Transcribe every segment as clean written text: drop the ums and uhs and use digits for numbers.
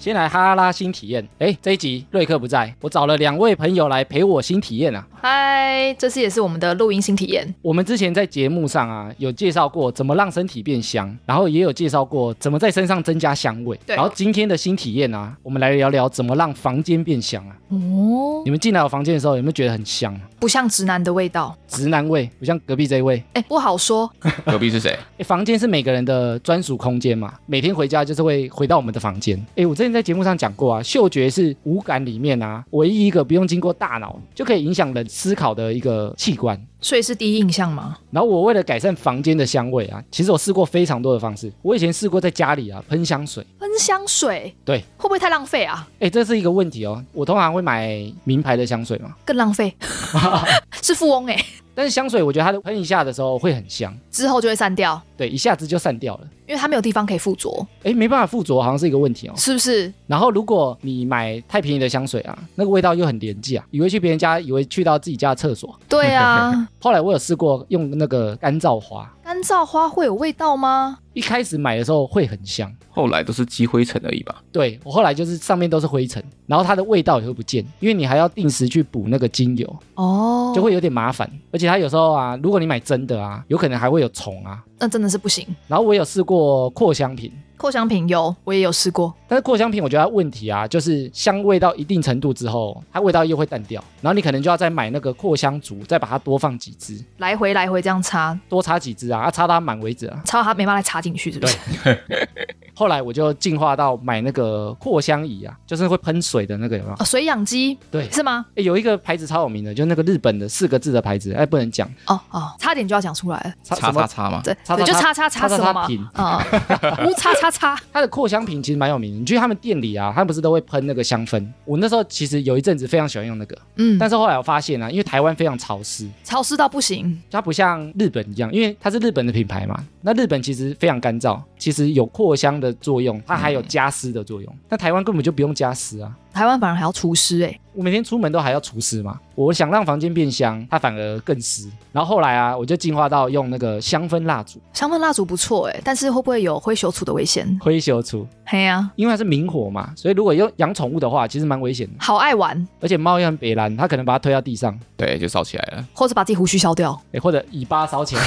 先来哈拉新体验。这一集瑞克不在，我找了2位朋友来陪我新体验啊。 嗨，这次也是我们的录音新体验。 我们之前在节目上啊有介绍过怎么让身体变香，然后也有介绍过怎么在身上增加香味。 对， 然后今天的新体验啊，我们来聊聊怎么让房间变香啊。 哦， 你们进来我房间的时候有没有觉得很香？ 不像直男的味道， 直男味，不像隔壁这一位。 不好说。 隔壁是谁？ 房间是每个人的专属空间嘛，每天回家就是会回到我们的房间。我之前在节目上讲过啊，嗅觉是五感里面啊唯一一个不用经过大脑就可以影响人思考的一个器官。 所以是第一印象吗？ 然后我为了改善房间的香味啊，其实我试过非常多的方式。我以前试过在家里啊喷香水。 喷香水？ 对， 会不会太浪费啊？ 这是一个问题哦。我通常会买名牌的香水嘛， 更浪费。是富翁但是香水我觉得它喷一下的时候会很香， 之后就会散掉。 对，一下子就散掉了， 因为它没有地方可以附着。 没办法附着，好像是一个问题哦， 是不是？ 然后如果你买太便宜的香水啊，那个味道又很廉价，以为去别人家，以为去到自己家的厕所。 对啊。 后来我有试过用那个干燥花。 干燥花会有味道吗？ 一开始买的时候会很香， 后来都是积灰尘而已吧。 对，我后来就是上面都是灰尘，然后它的味道也会不见，因为你还要定时去补那个精油，就会有点麻烦。而且它有时候啊，如果你买真的啊，有可能还会有虫啊， 那真的是不行。 然后我有试过扩香瓶。 扩香瓶我也有试过， 但是扩香瓶我觉得它问题啊，就是香味到一定程度之后，它味道又会淡掉，然后你可能就要再买那个扩香烛，再把它多放几支， 来回这样插， 多插几支啊，插到它满为止啊， 插到它没办法再插进去，是不是？ 后来我就进化到买那个扩香仪啊，就是会喷水的那个，有没有？ 水氧机， 对， 是吗？ 有一个牌子超有名的，就那个日本的4个字的牌子，不能讲差点就要讲出来了， 叉叉叉吗？ 对，就叉什么嘛，无叉， 它的扩香瓶其实蛮有名的，你去他们店里啊，他们不是都会喷那个香氛？我那时候其实有一阵子非常喜欢用那个，但是后来我发现啊，因为台湾非常潮湿到不行， 它不像日本一样，因为它是日本的品牌嘛，那日本其实非常干燥，其实有扩香的作用，它还有加湿的作用，但台湾根本就不用加湿啊。 台湾反而还要除湿我每天出门都还要除湿嘛，我想让房间变香，它反而更湿。然后后来啊，我就进化到用那个香氛蜡烛。 香氛蜡烛不错但是会不会有灰熊鼠的危险？ 灰熊鼠， 嘿啊， 因为它是明火嘛，所以如果用养宠物的话，其实蛮危险的。 好爱玩， 而且猫也很北蓝，它可能把它推到地上， 对，就烧起来了， 或者把自己胡须烧掉， 或者尾巴烧起来。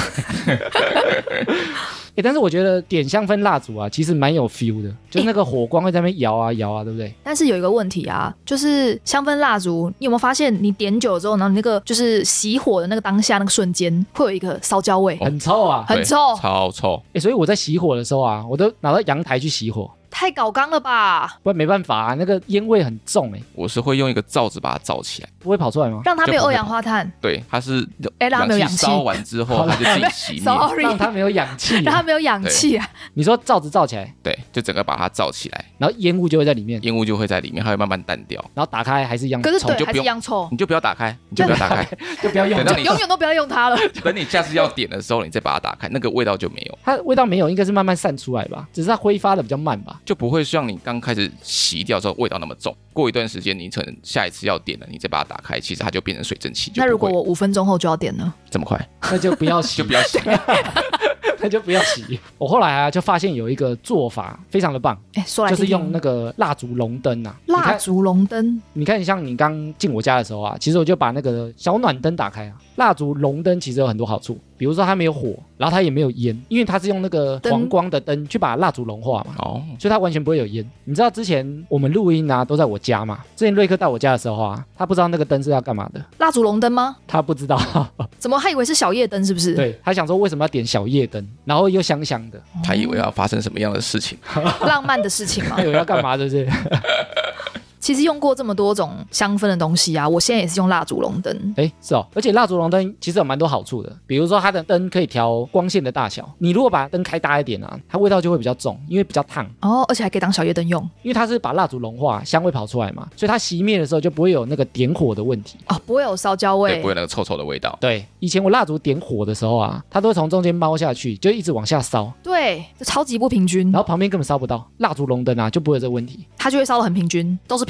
但是我觉得点香氛蜡烛啊，其实蛮有 feel 的，就是那个火光会在那边摇啊摇啊，对不对？ 但是有一个问题啊，就是香氛蜡烛，你有没有发现，你点久了之后，然后你那个就是熄火的那个当下那个瞬间，会有一个烧焦味， 很臭啊， 很臭， 超臭。 所以我在熄火的时候啊，我都拿到阳台去熄火。 太搞纲了吧？ 不然没办法啊，那个烟味很重我是会用一个罩子把它罩起来， 不会跑出来吗？ 让它没有二氧化碳。 对，它是让它没有氧气， 烧完之后它就自己熄灭。 Sorry， 让它没有氧气， 让它没有氧气啊！ 你说罩子罩起来， 对，就整个把它罩起来， 然后烟雾就会在里面， 烟雾就会在里面，它会慢慢淡掉， 然后打开还是一样， 可是对， 就还是一样臭， 你就不要打开，你就不要打开， 就不要用， 永远都不要用它了。 等你下次要点的时候，你再把它打开，那个味道就没有。 它味道没有，应该是慢慢散出来吧，只是它挥发的比较慢吧， 就不会像你刚开始洗掉之后味道那么重。过一段时间，你可能下一次要点了，你再把它打开，其实它就变成水蒸气。 那如果我5分钟后就要点呢？ 这么快？ 那就不要洗， 就不要洗。 那就不要洗。我后来啊就发现有一个做法非常的棒， 说来听听， 就是用那个蜡烛龙灯啊。 蜡烛龙灯， 你看像你刚进我家的时候啊，其实我就把那个小暖灯打开啊。蜡烛龙灯其实有很多好处，比如说它没有火，然后它也没有烟，因为它是用那个黄光的灯去把蜡烛融化嘛，所以它完全不会有烟。你知道之前我们录音啊都在我家嘛，之前瑞克到我家的时候啊，他不知道那个灯是要干嘛的。 蜡烛龙灯吗？ 他不知道。 怎么他以为是小夜灯是不是？ 对，他想说为什么要点小夜灯，然后又香香的， 他以为要发生什么样的事情， 浪漫的事情嘛。 他以为要干嘛，是不是？ 其实用过这么多种香氛的东西啊，我现在也是用蜡烛龙灯。 是哦，而且蜡烛龙灯其实有蛮多好处的，比如说它的灯可以调光线的大小，你如果把灯开大一点啊，它味道就会比较重，因为比较烫而且还可以当小夜灯用， 因为它是把蜡烛融化，香味跑出来嘛，所以它熄灭的时候就不会有那个点火的问题不会有烧焦味， 对，不会有那个臭臭的味道。 对，以前我蜡烛点火的时候啊，它都会从中间猫下去，就一直往下烧， 对，就超级不平均， 然后旁边根本烧不到。蜡烛龙灯啊就不会有这个问题， 它就会烧得很平均，都是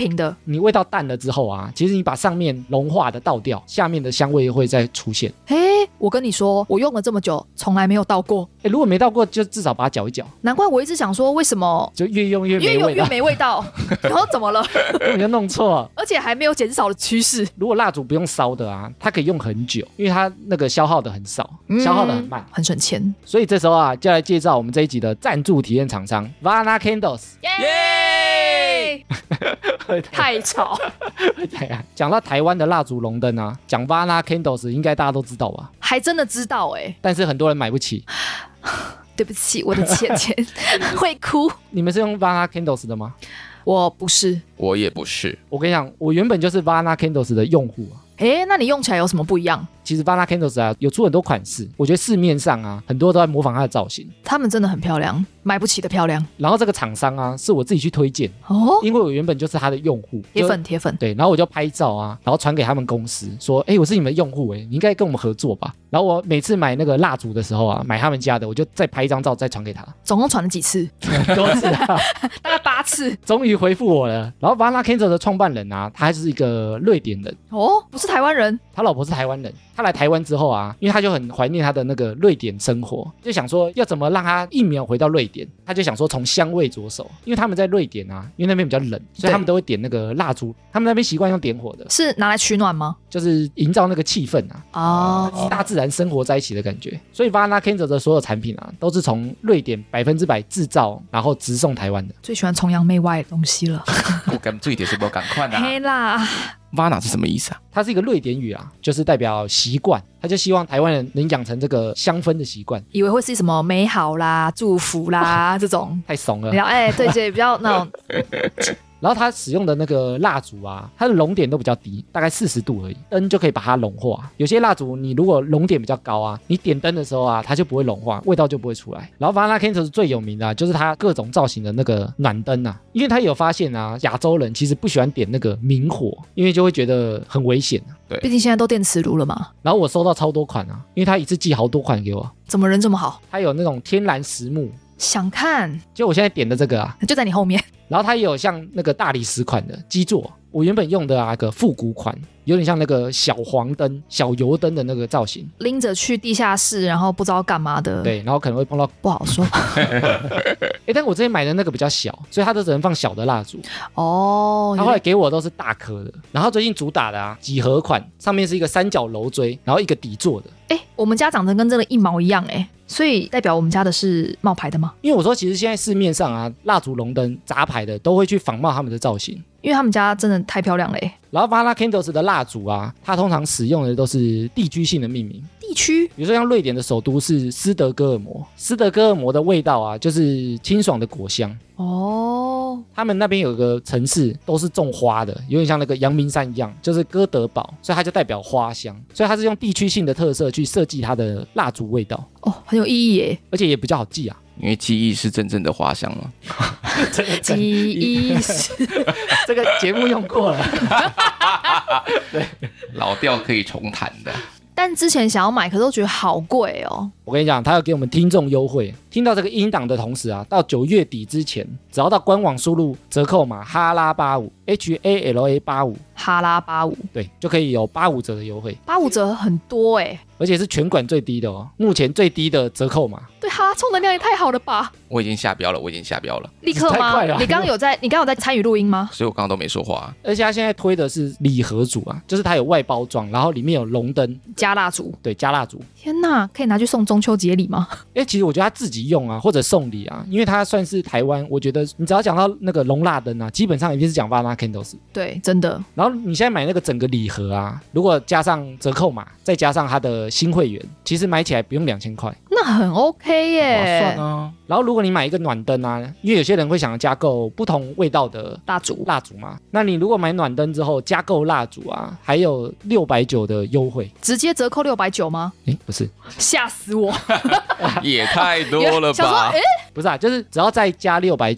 平的。 你味道淡了之后啊，其实你把上面融化的倒掉，下面的香味会再出现。 我跟你说，我用了这么久，从来没有倒过。 如果没倒过，就至少把它搅一搅。 难怪我一直想说，为什么就越用越没味道， 越没味道。然后怎么了？ 你就弄错， 而且还没有减少的趋势。 如果蜡烛不用烧的啊，它可以用很久，因为它那个消耗的很少，消耗的很慢， 很省钱。 所以这时候啊，就来介绍我们这一集的赞助体验厂商 Vana Candles。 耶！太吵。 讲到台湾的蜡烛龙灯啊，讲 Vana Candles 应该大家都知道吧？ 还真的知道但是很多人买不起。 对不起，我的钱会哭。 你们是用 Vana Candles 的吗？ 我不是， 我也不是。 我跟你讲，我原本就是 Vana Candles 的用户啊。 那你用起来有什么不一样？ 其实 Vana Candles 啊，有出很多款式，我觉得市面上啊，很多都在模仿它的造型。 他们真的很漂亮，买不起的漂亮。 然后这个厂商啊，是我自己去推荐因为我原本就是他的用户， 铁粉。 对，然后我就拍照啊，然后传给他们公司说，我是你们的用户你应该跟我们合作吧。然后我每次买那个蜡烛的时候啊，买他们家的，我就再拍一张照再传给他。 总共传了几次？ 很多次啊， 大概8次。 终于回复我了。然后 Vana Candles 的创办人啊，他还是一个瑞典人不是台湾人。 他老婆是台湾人。他来台湾之后啊，因为他就很怀念他的那个瑞典生活，就想说要怎么让他一秒回到瑞典。他就想说从香味着手，因为他们在瑞典啊，因为那边比较冷，所以他们都会点那个蜡烛，他们那边习惯用点火的。 是拿来取暖吗？ 就是营造那个气氛啊，大自然生活在一起的感觉。所以 Vana Candles 的所有产品啊，都是从瑞典100%制造，然后直送台湾的。 最喜欢崇洋媚外的东西了。 我敢最点是不赶快黑啦。 Vana 是什么意思啊？ 它是一个瑞典语啊，就是代表习惯。他就希望台湾人能养成这个香氛的习惯， 以为会是什么美好啦、祝福啦这种， 太怂了。 对，比较那种。 然后它使用的那个蜡烛啊，它的熔点都比较低，大概40度而已，灯就可以把它融化。有些蜡烛你如果熔点比较高啊，你点灯的时候啊，它就不会融化，味道就不会出来。然后 Vana Candles 最有名的就是它各种造型的那个暖灯啊，因为它有发现啊，亚洲人其实不喜欢点那个明火，因为就会觉得很危险对， 毕竟现在都电磁炉了嘛。 然后我收到超多款啊，因为他一次寄好多款给我。 怎么人这么好？ 他有那种天然实木， 想看， 就我现在点的这个啊， 就在你后面。 然后它也有像那个大理石款的基座，我原本用的那个复古款，有点像那个小黄灯、小油灯的那个造型， 拎着去地下室，然后不知道干嘛的。 对，然后可能会碰到， 不好说。 但我之前买的那个比较小，所以它都只能放小的蜡烛。他后来给我都是大颗的。然后最近主打的啊，几何款，上面是一个三角楼锥，然后一个底座的。 我们家长得跟这个一毛一样所以代表我们家的是冒牌的吗？ 因为我说其实现在市面上啊，蜡烛龙灯杂牌的都会去仿冒他们的造型， 因为他们家真的太漂亮了然后 Vana Candles 的蜡烛啊，它通常使用的都是地区性的命名。 地区， 比如说像瑞典的首都是斯德哥尔摩，斯德哥尔摩的味道啊，就是清爽的果香。他们那边有一个城市都是种花的，有点像那个阳明山一样，就是哥德堡，所以它就代表花香，所以它是用地区性的特色去设计它的蜡烛味道。 很有意义而且也比较好记啊。 因为记忆是真正的花香嘛。 记忆是这个节目用过了。 对，老调可以重弹的。 但之前想要买，可是都觉得好贵我跟你讲，他要给我们听众优惠。听到这个音档的同时啊，到9月底之前，只要到官网输入折扣码哈拉85 HALA 85， 哈拉85， 对，就可以有85折的优惠。 85折很多而且是全馆最低的目前最低的折扣码。 对哈，充能量也太好了吧！ 我已经下标了， 立刻吗？你刚刚有在参与录音吗？ 所以我刚刚都没说话而且他现在推的是礼盒组啊，就是它有外包装，然后里面有龙灯加蜡烛， 对，加蜡烛。 天哪，可以拿去送中秋节礼吗？ 其实我觉得他自己用啊，或者送礼啊，因为他算是台湾，我觉得你只要讲到那个龙蜡灯啊，基本上一定是讲 Vana Candles。 对，真的。然后你现在买那个整个礼盒啊，如果加上折扣码，再加上他的新会员，其实买起来不用2000块， 那很 OK 划算啊。 然后如果你买一个暖灯啊，因为有些人会想要加购不同味道的蜡烛嘛，那你如果买暖灯之后加购蜡烛啊，还有690的优惠， 直接折扣690吗？ 不是， 吓死我！ 也太多了吧？ 想说不是啊，就是只要再加690，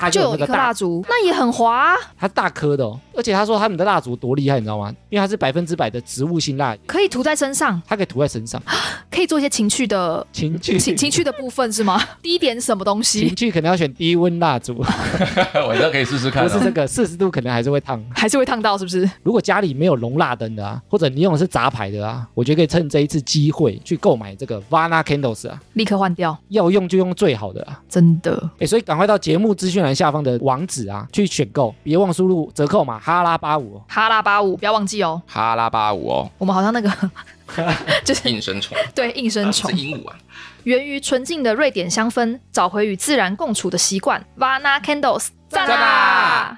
它就有一颗蜡烛，那也很滑啊。 它大颗的哦，而且他说他们的蜡烛多厉害，你知道吗？因为它是100%的植物性蜡， 可以涂在身上， 它可以涂在身上， 可以做一些情趣的部分是吗？滴点什么东西？ 情趣可能要选低温蜡烛， 我觉得可以试试看。 不是这个40度可能还是会烫， 还是会烫到，是不是？ 如果家里没有龙蜡灯的啊，或者你用的是杂牌的啊，我觉得可以趁这一次机会去购买这个 Vana Candles 啊， 立刻换掉， 要用就用最好的啊， 真的。 所以赶快到节目资讯栏下方的网址啊去选购，别忘输入折扣码哈拉85， 哈拉85，不要忘记哦， 哈拉85哦。 我们好像那个就是应声虫， 对，应声虫是鹦鹉啊。 源于纯净的瑞典香氛，找回与自然共处的习惯。Vana Candles， 赞啦！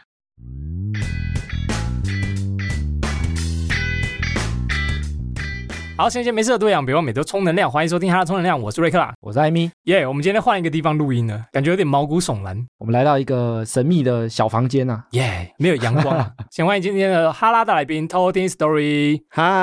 好，闲闲没事的多养，别忘每周充能量。欢迎收听哈拉充能量，我是瑞克啦， 我是艾米。 耶，我们今天换一个地方录音了，感觉有点毛骨悚然。 我们来到一个神秘的小房间啊， 耶，没有阳光啊。先欢迎今天的哈拉大来宾偷听 Story。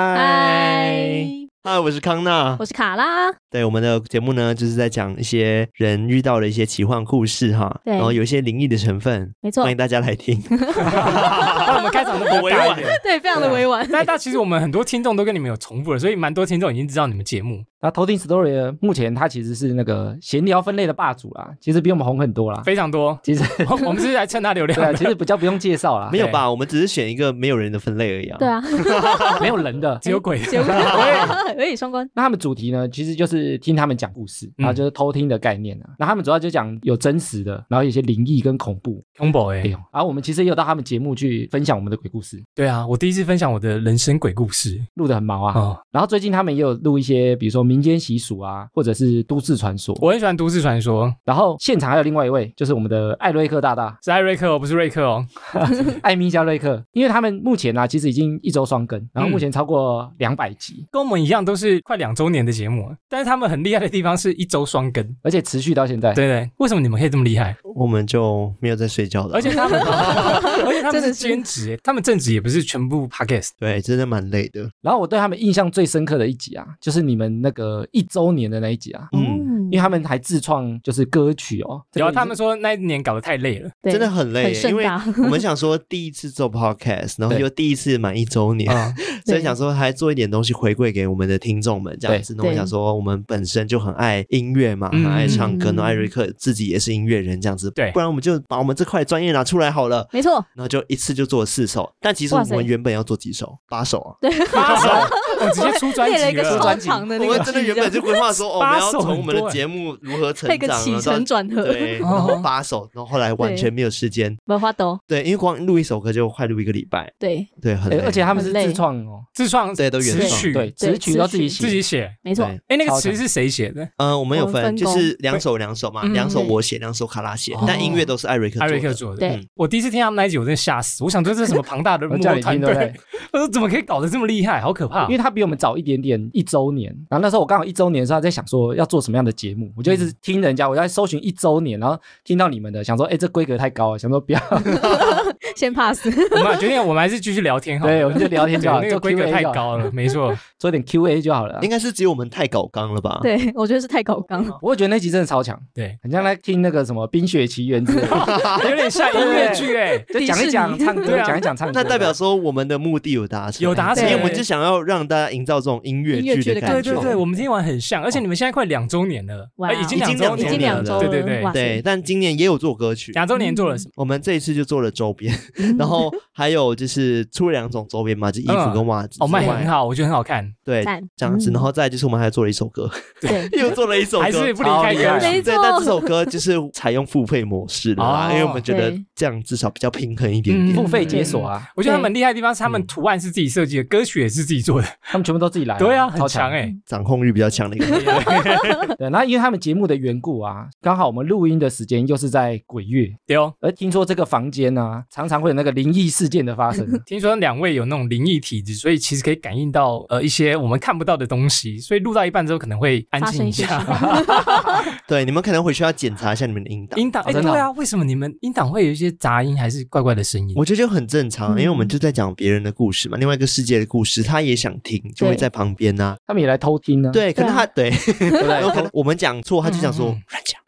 嗨，我是康纳， 我是卡拉。 对，我们的节目呢，就是在讲一些人遇到的一些奇幻故事哈， 对， 然后有一些灵异的成分， 没错， 欢迎大家来听。 那我们开场都不委婉， 对，非常的委婉。 但其实我们很多听众都跟你们有重复了，所以蛮多听众已经知道你们节目。 那偷听 Story 目前它其实是那个闲聊分类的霸主啦，其实比我们红很多啦， 非常多。 其实我们是来蹭他流量的。 对啊，其实比较不用介绍啦。 没有吧？我们只是选一个没有人的分类而已啊。 对啊， 没有人的， 只有鬼。 只有鬼，而已双关。 那他们主题呢，其实就是听他们讲故事，然后就是偷听的概念啊。那他们主要就讲有真实的，然后有些灵异跟恐怖。 恐怖然后我们其实也有到他们节目去分享我们的鬼故事。 对啊，我第一次分享我的人生鬼故事， 录得很毛啊。然后最近他们也有录一些，比如说民间习俗啊，或者是都市传说。 我很喜欢都市传说。 然后现场还有另外一位，就是我们的艾瑞克大大， 是艾瑞克哦，不是瑞克哦。 艾米加瑞克，因为他们目前啊，其实已经1周双更，然后目前超过200集， 跟我们一样都是快2周年的节目，但是他们很厉害的地方是1周双更， 而且持续到现在。 对对，为什么你们可以这么厉害？ 我们就没有在睡觉了， 而且他们是兼职，他们正职也不是全部 podcast， 对，真的蛮累的。 然后我对他们印象最深刻的一集啊，就是你们那个1周年的那一集啊，因为他们还自创就是歌曲哦， 然后他们说那一年搞得太累了， 真的很累，因为我们想说第一次做 podcast， 然后又第一次满1周年，所以想说还做一点东西回馈给我们的听众们这样子。那我想说我们本身就很爱音乐嘛，很爱唱歌，然后艾瑞克自己也是音乐人这样子， 对， 不然我们就把我们这块专业拿出来好了。 没错， 然后就一次就做了4首，但其实我们原本要做几首？8首啊， 对 ，8首，我直接出专辑了， 列了一个超长的那个， 我们真的原本就规划说，我们要从我们的节目如何成长， 配个起承转合， 对，然后8首，然后后来完全没有时间， 没法抖， 对，因为光录1首歌就快录1个礼拜， 对， 很累， 而且他们是自创哦， 自创对，都原创， 对，词曲都自己写， 没错。 那个词是谁写的？ 我们有分，就是2首嘛，2首我写，2首卡拉写，但音乐都是艾瑞克做的。 对， 我第一次听他们那一集，我真的吓死，我想说这是什么庞大的幕后团队，我说怎么可以搞得这么厉害，好可怕。 因为他比我们早一点点1周年，然后那时候我刚好1周年的时候在想说要做什么样的节目，我就一直听人家，我在搜寻1周年，然后听到你们的，想说这规格太高了，想说不要先 pass。 我们决定我们还是继续聊天好了， 对，我们就聊天就好， 那个规格太高了，没错， 做点 QA 就好了。 应该是只有我们太搞纲了吧？ 对，我觉得是太搞纲了。 我觉得那集真的超强， 对， 很像在听那个什么《冰雪奇缘》之类的， 有点像音乐剧就讲一讲唱歌，讲一讲唱歌。 那代表说我们的目的有达成， 因为我们就想要让大家营造这种音乐剧的感觉。 对，我们听完很像，而且你们现在快2周年了，已经2周了， 对， 对，但今年也有做歌曲。 2周年做了什么？ 我们这一次就做了周边，然后还有就是出了2种周边嘛，就衣服跟袜子。 卖很好，我觉得很好看。 对，这样子，然后再就是我们还做了1首歌， 对， 又做了1首歌， 还是不离开歌曲。 对，但这首歌就是采用付费模式的啦，因为我们觉得这样至少比较平衡一点点， 付费解锁啊。 我觉得他们厉害的地方是他们图案是自己设计的，歌曲也是自己做的， 他们全部都自己来。 对啊，很强掌控欲比较强的一个。 对，那因为他们节目的缘故啊，刚好我们录音的时间又是在鬼月， 对哦。 而听说这个房间啊，常常会有那个灵异事件的发生。 听说2位有那种灵异体质，所以其实可以感应到一些我们看不到的东西，所以录到一半之后可能会安静一下。 对，你们可能回去要检查一下你们的音档。 对啊，为什么你们音档会有一些杂音还是怪怪的声音？ 我觉得就很正常，因为我们就在讲别人的故事嘛，另外一个世界的故事，他也想听，就会在旁边啊。 他们也来偷听呢。 对，可能他对，可能我们讲错，他就讲说乱讲，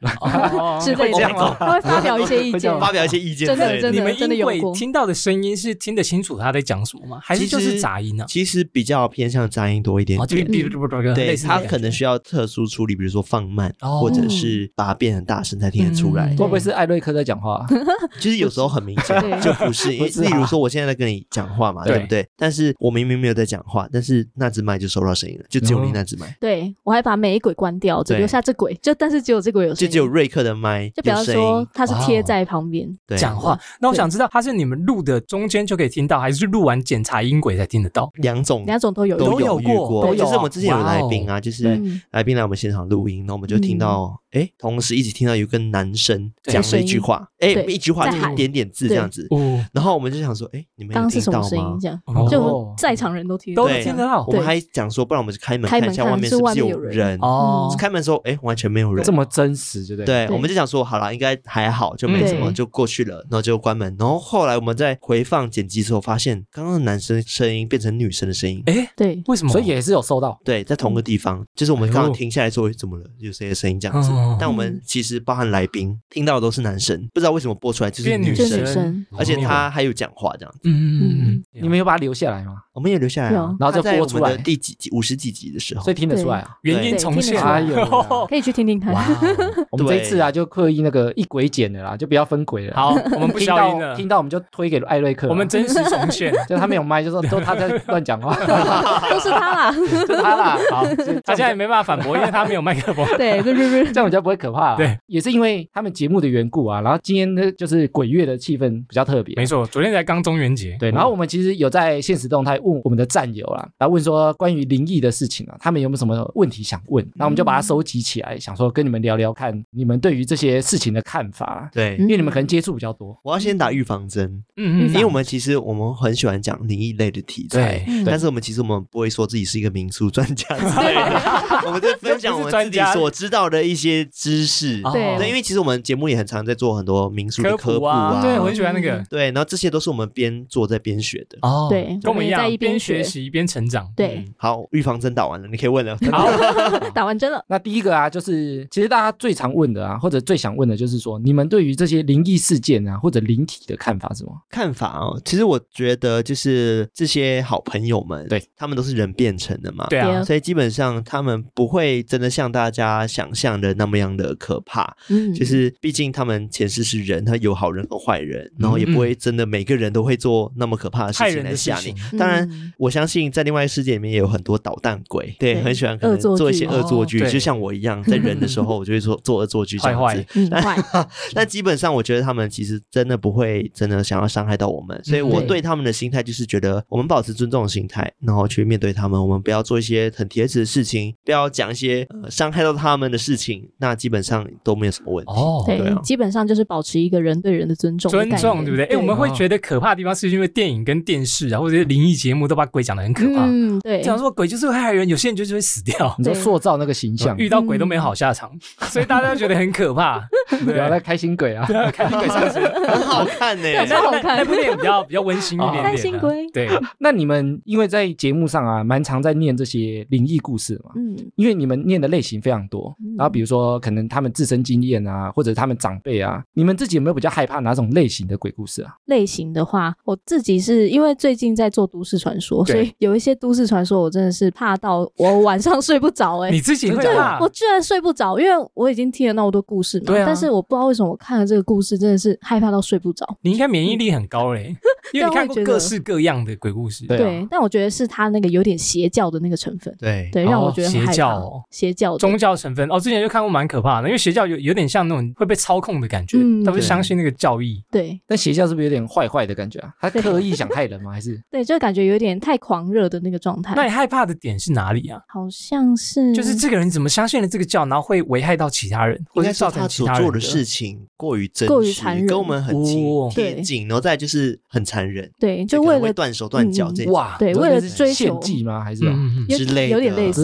是会这样吗？他会发表一些意见， 发表一些意见， 真的你们真的有音轨听到的声音是听得清楚他在讲什么吗？还是就是杂音呢？ 其实比较偏向杂音多一点点，对，他可能需要特殊处理，比如说放慢，或者是把它变很大声才听得出来。 会不会是艾瑞克在讲话？ 其实有时候很明显就不是，例如说我现在在跟你讲话嘛，对不对？但是我明明没有在讲话，但是那只麦就收到声音了，就只有你那只麦。 对，我还把每一轨关掉，只留下这轨，但是只有这轨有声音， 就只有瑞克的麦， 就比方说它是贴在旁边讲话。那我想知道，它是你们录的中间就可以听到，还是录完检查音轨才听得到？ 两种都有过。就是我们之前有来宾啊，就是来宾来我们现场录音，然后我们就听到，同时一起听到有个男生讲了一句话，一句话就一点点字这样子，然后我们就想说，你们有听到吗？ 这样，就我们在场人都听得到。 我们还讲说，不然我们开门看一下外面是不是有人。开门说，完全没有人， 这么真实，对不对？ 对，我们就想说，好啦，应该还好，就没什么，就过去了，然后就关门。然后后来我们在回放剪辑之后，发现刚刚的男生声音变成女生的声音。 对， 为什么？ 所以也是有收到。 对，在同个地方，就是我们刚刚停下来说，怎么了？有谁的声音这样子？但我们其实包含来宾听到的都是男生，不知道为什么播出来就是女生，而且他还有讲话这样子。 你们有把它留下来吗？ 我们也留下来啊， 然后再播出来。 第几集50几集的时候， 所以听得出来啊， 原音重现。 可以去听听看。 我们这一次啊，就刻意那个一轨剪的啦，就不要分轨了。 好，我们不消音了。 听到我们就推给艾瑞克。 我们真实重现， 就他没有麦，就说都他在乱讲话， 都是他啦， 就他啦。好， 他现在也没办法反驳，因为他没有麦克风。 对， 这样我觉得不会可怕。 对， 也是因为他们节目的缘故啊。然后今天呢，就是鬼月的气氛比较特别。 没错，昨天才刚中元节。 对，然后我们其实有在限时动态问我们的战友啦，然后问说关于灵异的事情啊，他们有没有什么问题想问？那我们就把它收集起来，想说跟你们聊聊看，你们对于这些事情的看法。 对， 因为你们可能接触比较多。 我要先打预防针，因为我们很喜欢讲灵异类的题材，但是我们不会说自己是一个民俗专家之类的，我们在分享我们自己所知道的一些知识。对，因为其实我们节目也很常在做很多民俗的科普啊， 对，我很喜欢那个。 对，然后这些都是我们边做在边学的。 对， 跟我们一样，边学习边成长。 对， 好，预防针打完了，你可以问了。 好，打完针了。 那第一个啊，就是其实大家最常问的啊，或者最想问的就是说，你们对于这些灵异事件啊，或者灵体的看法是什么？ 看法哦，其实我觉得就是这些好朋友们， 对， 他们都是人变成的嘛， 对啊， 所以基本上他们不会真的像大家想象的那么样的可怕。就是毕竟他们前世是人，他有好人和坏人，然后也不会真的每个人都会做那么可怕的事情来吓你。当然，我相信在另外世界里面也有很多捣蛋鬼，对，很喜欢可能做一些恶作剧，就像我一样，在人的时候我就会做恶作剧这样子。但基本上我觉得他们其实真的不会真的想要伤害到我们，所以我对他们的心态就是觉得我们保持尊重的心态，然后去面对他们，我们不要做一些很铁齿的事情，不要讲一些伤害到他们的事情，那基本上都没有什么问题。 对，基本上就是保持一个人对人的尊重， 对不对？我们会觉得可怕的地方是因为电影跟电视啊，或者是灵异节目都把鬼讲得很可怕。 对， 讲说鬼就是会害人，有些人就是会死掉， 你就塑造那个形象， 遇到鬼都没好下场，所以大家都觉得很可怕。 不要再开心鬼啊！ 对，开心鬼上身很好看呢， 很好看。 那部电影比较温馨一点点。 开心鬼。 对， 那你们因为在节目上啊，蛮常在念这些灵异故事嘛，因为你们念的类型非常多，然后比如说可能他们自身经验啊，或者他们长辈啊，你们自己有没有比较害怕哪种类型的鬼故事啊？ 类型的话，我自己是因为最近在做都市传说，所以有一些都市传说我真的是怕到我晚上睡不着。 你自己会怕？ 我居然睡不着，因为我已经听了那么多故事嘛，但是我不知道为什么我看了这个故事真的是害怕到睡不着。 你应该免疫力很高嘞，因为你看过各式各样的鬼故事。 对，但我觉得是他那个有点邪教的那个成分。 对， 让我觉得很害怕。邪教宗教成分之前就看过蛮可怕的，因为邪教有点像那种会被操控的感觉，他们相信那个教义。 对， 但邪教是不是有点坏坏的感觉啊？他刻意想害人吗？还是？ 对，就感觉有点太狂热的那个状态。 那你害怕的点是哪里啊？ 好像是就是这个人怎么相信了这个教，然后会危害到其他人，或者造成其他人他所做的事情过于真实，跟我们很贴近，然后再来就是很残忍。 对，就为了断手断脚这种。 哇， 对，为了追求献祭吗？还是之类的， 有点类似之类的。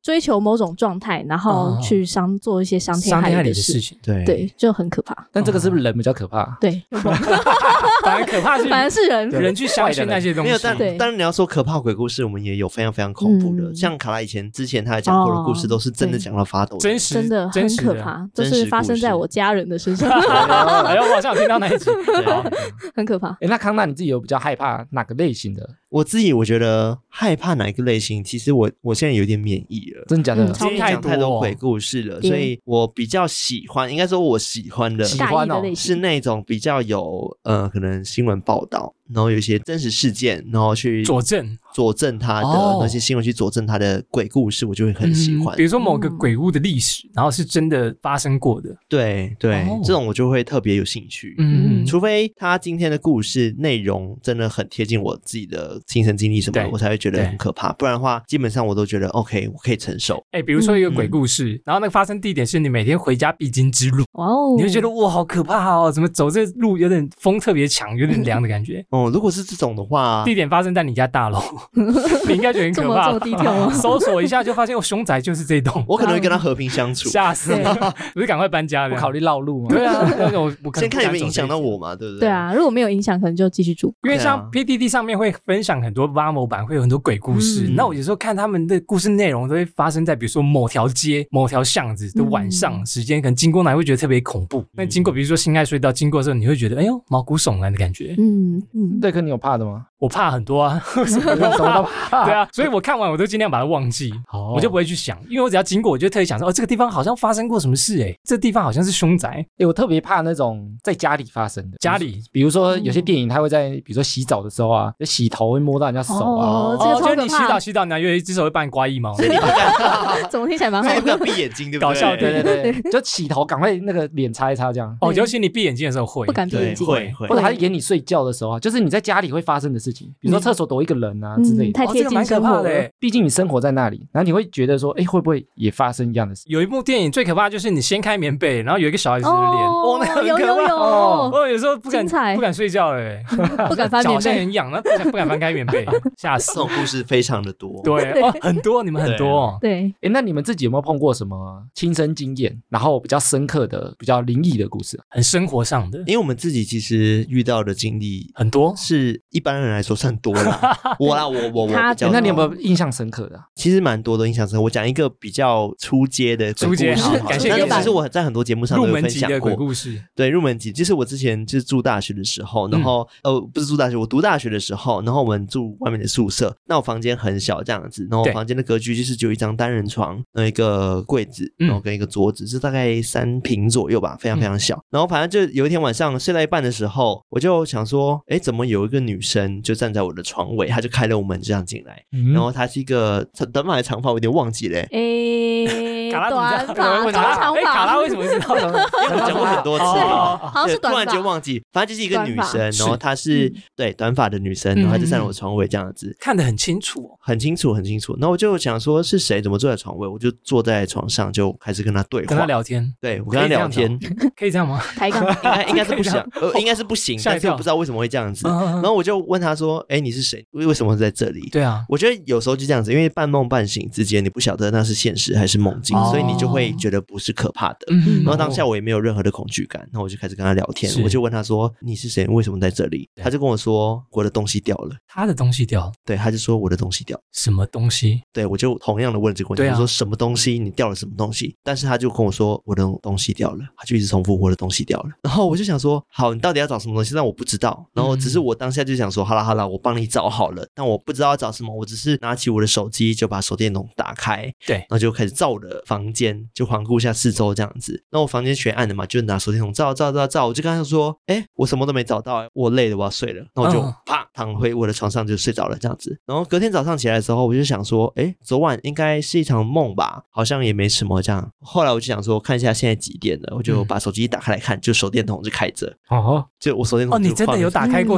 追求某种状态，然后去做一些伤天害理的事情。对，就很可怕。 但这个是不是人比较可怕？ 对， 反而可怕是反而是人去相信那些东西。 没有，当然你要说可怕鬼故事，我们也有非常非常恐怖的，像卡拉之前他讲过的故事，都是真的讲到发抖， 真的很可怕，就是发生在我家人的身上。 哎呦，我好像有听到那一集， 很可怕。 那康纳你自己有比较害怕哪个类型的？ 我觉得害怕哪一个类型，其实我现在有点免疫了， 真的假的？ 今天讲太多鬼故事了，所以我比较喜欢，应该说我喜欢的是那种比较有可能新闻报道，然后有一些真实事件，然后去佐证他的那些新闻，去佐证他的鬼故事，我就会很喜欢。 比如说某个鬼屋的历史，然后是真的发生过的， 对，这种我就会特别有兴趣。除非他今天的故事内容真的很贴近我自己的亲身经历什么，我才会觉得很可怕。不然的话，基本上我都觉得 OK， 我可以承受。 比如说一个鬼故事，然后那个发生地点是你每天回家必经之路，你会觉得哇，好可怕哦！怎么走这路有点风特别强，有点凉的感觉。 如果是这种的话， 地点发生在你家大楼，你应该觉得很可怕。 这么低调吗？ 搜索一下就发现凶宅就是这栋， 我可能会跟他和平相处， 吓死你！不是赶快搬家的， 不考虑绕路吗？ 对啊，我先看有没有影响到我嘛，对不对？ 对啊，如果没有影响，可能就继续住。 因为像 PTT 上面会分享很多 Vamo 版，会有很多鬼故事。那我有时候看他们的故事内容，都会发生在比如说某条街、某条巷子的晚上时间，可能经过哪会觉得特别恐怖。那经过比如说辛亥隧道经过的时候，你会觉得哎呦毛骨悚然的感觉。 对，可你有怕的吗？ 我怕很多啊，什么都怕。对啊，所以我看完我都尽量把它忘记，我就不会去想，因为我只要经过，我就特别想说，这个地方好像发生过什么事，这地方好像是凶宅。 我特别怕那种在家里发生的， 家里， 比如说有些电影它会在，比如说洗澡的时候啊，洗头会摸到人家手啊， 这个超可怕。 就是你洗澡，你有一只手会帮你刮腋毛， 怎么听起来蛮好？ 你不要闭眼睛，对不对？ 搞笑， 对，就洗头赶快那个脸擦一擦这样。 尤其你闭眼睛的时候会， 不敢闭眼睛， 会， 或者还是演你睡觉的时候啊，就是你在家里会发生的事情，比如说厕所躲一个人啊之类的， 太贴近生活了。 毕竟你生活在那里，然后你会觉得说，会不会也发生一样的事？ 有一部电影最可怕就是你掀开棉被，然后有一个小孩子的脸，那很可怕。我有时候不敢睡觉不敢翻棉被， 脚现在很痒，不敢翻开棉被，吓死。 这种故事非常的多， 对，很多，你们很多。 对， 那你们自己有没有碰过什么亲身经验，然后比较深刻的、比较灵异的故事？ 很生活上的， 因为我们自己其实遇到的经历很多， 是一般人来说算多啦。我那你有没有印象深刻的？ 其实蛮多的印象深刻。我讲一个比较初阶的鬼故事， 感谢。 但其实我在很多节目上都有分享过入门级的鬼故事。 对，入门级就是我之前就是住大学的时候，然后不是住大学，我读大学的时候，然后我们住外面的宿舍，那我房间很小这样子，然后房间的格局就是只有一张单人床，一个柜子，然后跟一个桌子，是大概3平左右吧，非常非常小。然后反正就有一天晚上睡到一半的时候，我就想说，怎么有一个女生就站在我的床尾，她就开了门这样进来，然后她是一个短发还是长发，我有点忘记了。 卡拉短发，长发。 卡拉为什么知道？ 因为我讲过很多次， 好像是短发， 突然就忘记。反正就是一个女生，然后她是对短发的女生，然后她就站在我床尾这样子， 看得很清楚， 很清楚。然后我就想说是谁，怎么坐在床尾？我就坐在床上就开始跟她对话， 跟她聊天。 对，我跟她聊天， 可以这样吗？ 抬杠应该是不行，应该是不行，但是我不知道为什么会这样子。然后我就问她说：“你是谁？为什么会在这里？” 对啊， 我觉得有时候就这样子，因为半梦半醒之间，你不晓得那是现实还是梦境，所以你就会觉得不是可怕的。然后当下我也没有任何的恐惧感，然后我就开始跟她聊天，我就问她说：“你是谁？为什么在这里？”她就跟我说：“我的东西掉了。” 她的东西掉了？ 对，她就说我的东西掉了。 什么东西？ 对，我就同样的问这个问题，我说什么东西？你掉了什么东西？但是她就跟我说我的东西掉了，她就一直重复我的东西掉了。然后我就想说，好，你到底要找什么东西？但我不知道。然后只是我当下就想说，好啦，我帮你找好了。但我不知道要找什么，我只是拿起我的手机就把手电筒打开， 对， 然后就开始照我的房间，就环顾一下四周这样子。那我房间全暗的嘛，就拿手电筒照，我就跟他说，我什么都没找到，我累了，我要睡了。那我就啪躺回我的床上就睡着了这样子。然后隔天早上起来的时候，我就想说，昨晚应该是一场梦吧，好像也没什么这样。后来我就想说，看一下现在几点了，我就把手机打开来看，就手电筒就开着。就我手电筒你真的有打开过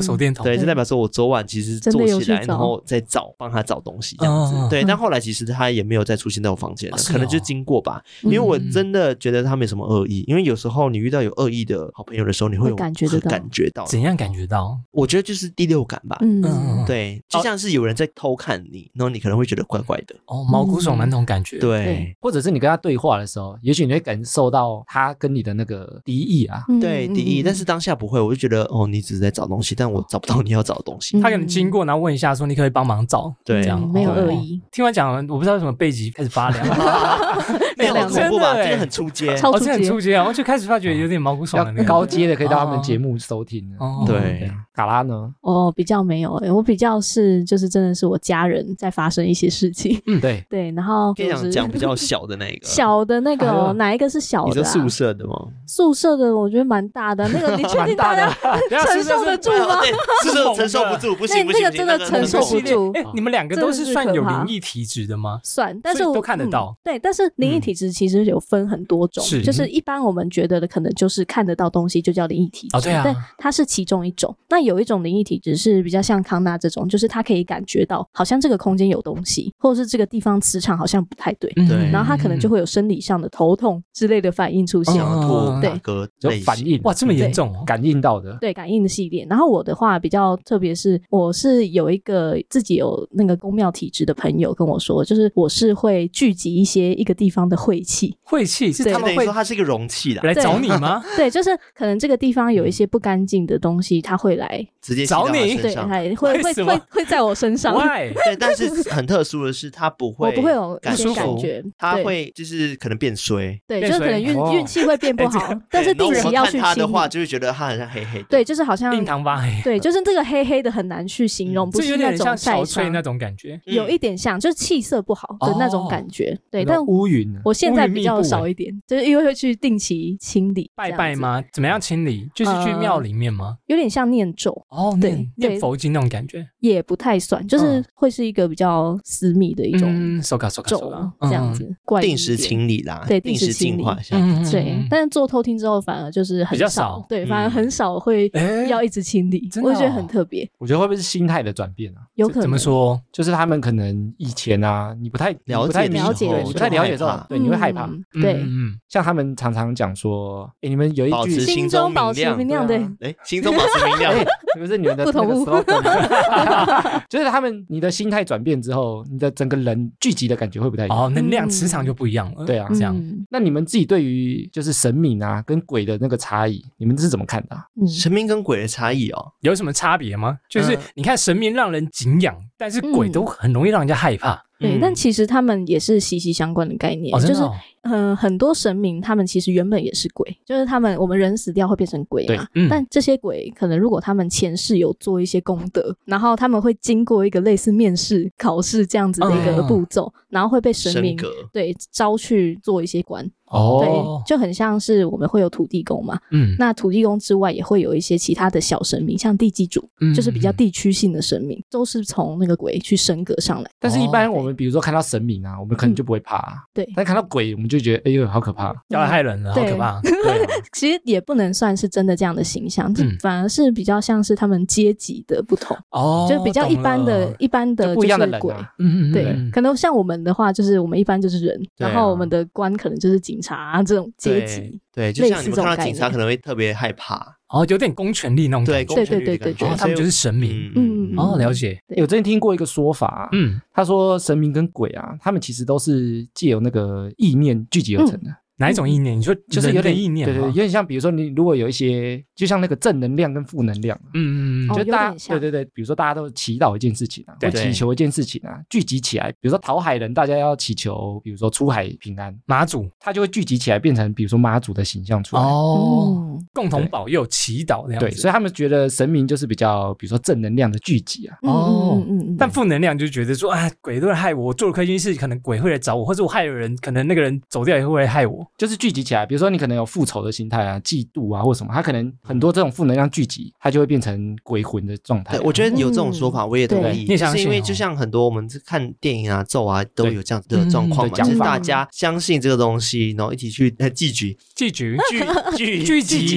手电筒， 对，就代表说我昨晚其实坐起来，然后再帮他找东西这样子。对，但后来其实他也没有再出现在我房间了，可能就经过吧。因为我真的觉得他没什么恶意，因为有时候你遇到有恶意的好朋友的时候，你会感觉到。 怎样感觉到？ 我觉得就是第六感吧。对，就像是有人在偷看你，然后你可能会觉得怪怪的。 毛骨悚然那种感觉。 对， 或者是你跟他对话的时候，也许你会感受到他跟你的那个敌意啊。 对，敌意。但是当下不会，我就觉得你只是在找东西，但我找不到你要找的东西。 他可能经过，然后问一下说你可不可以帮忙找？ 对， 这样没有恶意。 听完讲，我不知道为什么背脊开始发凉。 没有很恐怖吧？这个很出街， 超很出街啊！我就开始发觉有点毛骨悚然。 高阶的可以到他们节目收听。 对， 卡拉呢？ 比较没有，我比较是就是真的是我家人在发生一些事情。 对对，然后可以讲比较小的那个， 小的那个哪一个是小的？ 你说宿舍的吗？ 宿舍的我觉得蛮大的，那个你确定大家承受得住吗？ 宿舍承受不住，不行， 那个真的承受不住。 你们两个都是算有灵异体质的吗？ 算，但是都看得到。 对，但是灵异体质其实有分很多种，就是一般我们觉得的可能就是看得到东西就叫灵异体质， 对啊， 但它是其中一种。那有一种灵异体质是比较像康纳这种，就是他可以感觉到好像这个空间有东西，或者是这个地方磁场好像不太对，然后他可能就会有生理上的头痛之类的反应出现， 对， 反应哇这么严重， 感应到的， 对，感应的系列。然后我的话比较特别是，我是有一个自己有那个宫庙体质的朋友跟我说，就是我是会聚集一个地方的晦气， 是他们会说它是一个容器的来找你吗？ 对，就是可能这个地方有一些不干净的东西，他会来直接找你， 对，会在我身上。 对，但是很特殊的是，他不会有感觉， 他会就是可能变衰， 对，就是可能运气会变不好，但是定期要去清理。 他的话，就会觉得他很像黑黑的， 对，就是好像印堂发黑， 对，就是这个黑黑的很难去形容，不是那种晒伤那种感觉， 有一点像，就是气色不好的那种感觉，对。但乌云， 我现在比较少一点，就是因为会去定期清理。 拜拜吗？怎么样清理？就是去庙里面吗？ 有点像念咒对，念佛经那种感觉， 也不太算，就是会是一个比较私密的一种咒这样子， 定时清理啦， 对， 定时净化一下， 对。但是做偷听之后，反而就是很少，对，反而很少会要一直清理，我觉得很特别。 我觉得会不会是心态的转变啊？ 有可能。 怎么说？ 就是他们可能以前啊，你不太了解之后，对，你会害怕， 对， 像他们常常讲说，你们有一句心中保持明亮，对， 心中保持明亮， 是不是你们的不同物？ 就是你的心态转变之后，你的整个人聚集的感觉会不太一样， 能量磁场就不一样了。 对啊， 这样。 那你们自己对于就是神明啊跟鬼的那个差异，你们是怎么看的？ 神明跟鬼的差异有什么差别吗？就是你看神明让人敬仰，但是鬼都很容易让人家害怕。 对，但其实他们也是息息相关的概念，就是很多神明他们其实原本也是鬼，就是我们人死掉会变成鬼嘛，但这些鬼可能如果他们前世有做一些功德，然后他们会经过一个类似面试考试这样子的一个步骤，然后会被神明对招去做一些官。对，就很像是我们会有土地公嘛，那土地公之外也会有一些其他的小神明，像地基主，就是比较地区性的神明，都是从那个鬼去升格上来。 但是一般我们比如说看到神明啊，我们可能就不会怕， 对， 但看到鬼我们就觉得哎呦好可怕， 要来害人了，好可怕。对， 其实也不能算是真的这样的形象，反而是比较像是他们阶级的不同，就比较一般的不一样的人鬼，对，可能像我们的话，就是我们一般就是人，然后我们的官可能就是警察这种阶级， 对，就像你们看到警察可能会特别害怕。 有点公权力那种感觉， 对， 他们就是神明，了解。 我之前听过一个说法，他说神明跟鬼啊，他们其实都是借由那个意念聚集而成的。 哪一种意念？你说就是有点意念， 对，有点像，比如说你如果有一些，就像那个正能量跟负能量，就大家对，比如说大家都祈祷一件事情啊，或祈求一件事情啊，聚集起来，比如说讨海人，大家要祈求，比如说出海平安， 妈祖， 他就会聚集起来，变成比如说妈祖的形象出来， 共同保佑、祈祷这样子。 对，所以他们觉得神明就是比较，比如说正能量的聚集啊。 但负能量就觉得说啊，鬼都来害我，我做了亏心事，可能鬼会来找我，或者我害了人，可能那个人走掉也会来害我。 就是聚集起来，比如说你可能有复仇的心态啊、嫉妒啊或什么，他可能很多这种负能量聚集，他就会变成鬼魂的状态。 对，我觉得有这种说法，我也同意。 是因为就像很多我们看电影啊、咒啊，都有这样的状况嘛，就是大家相信这个东西，然后一起去聚集，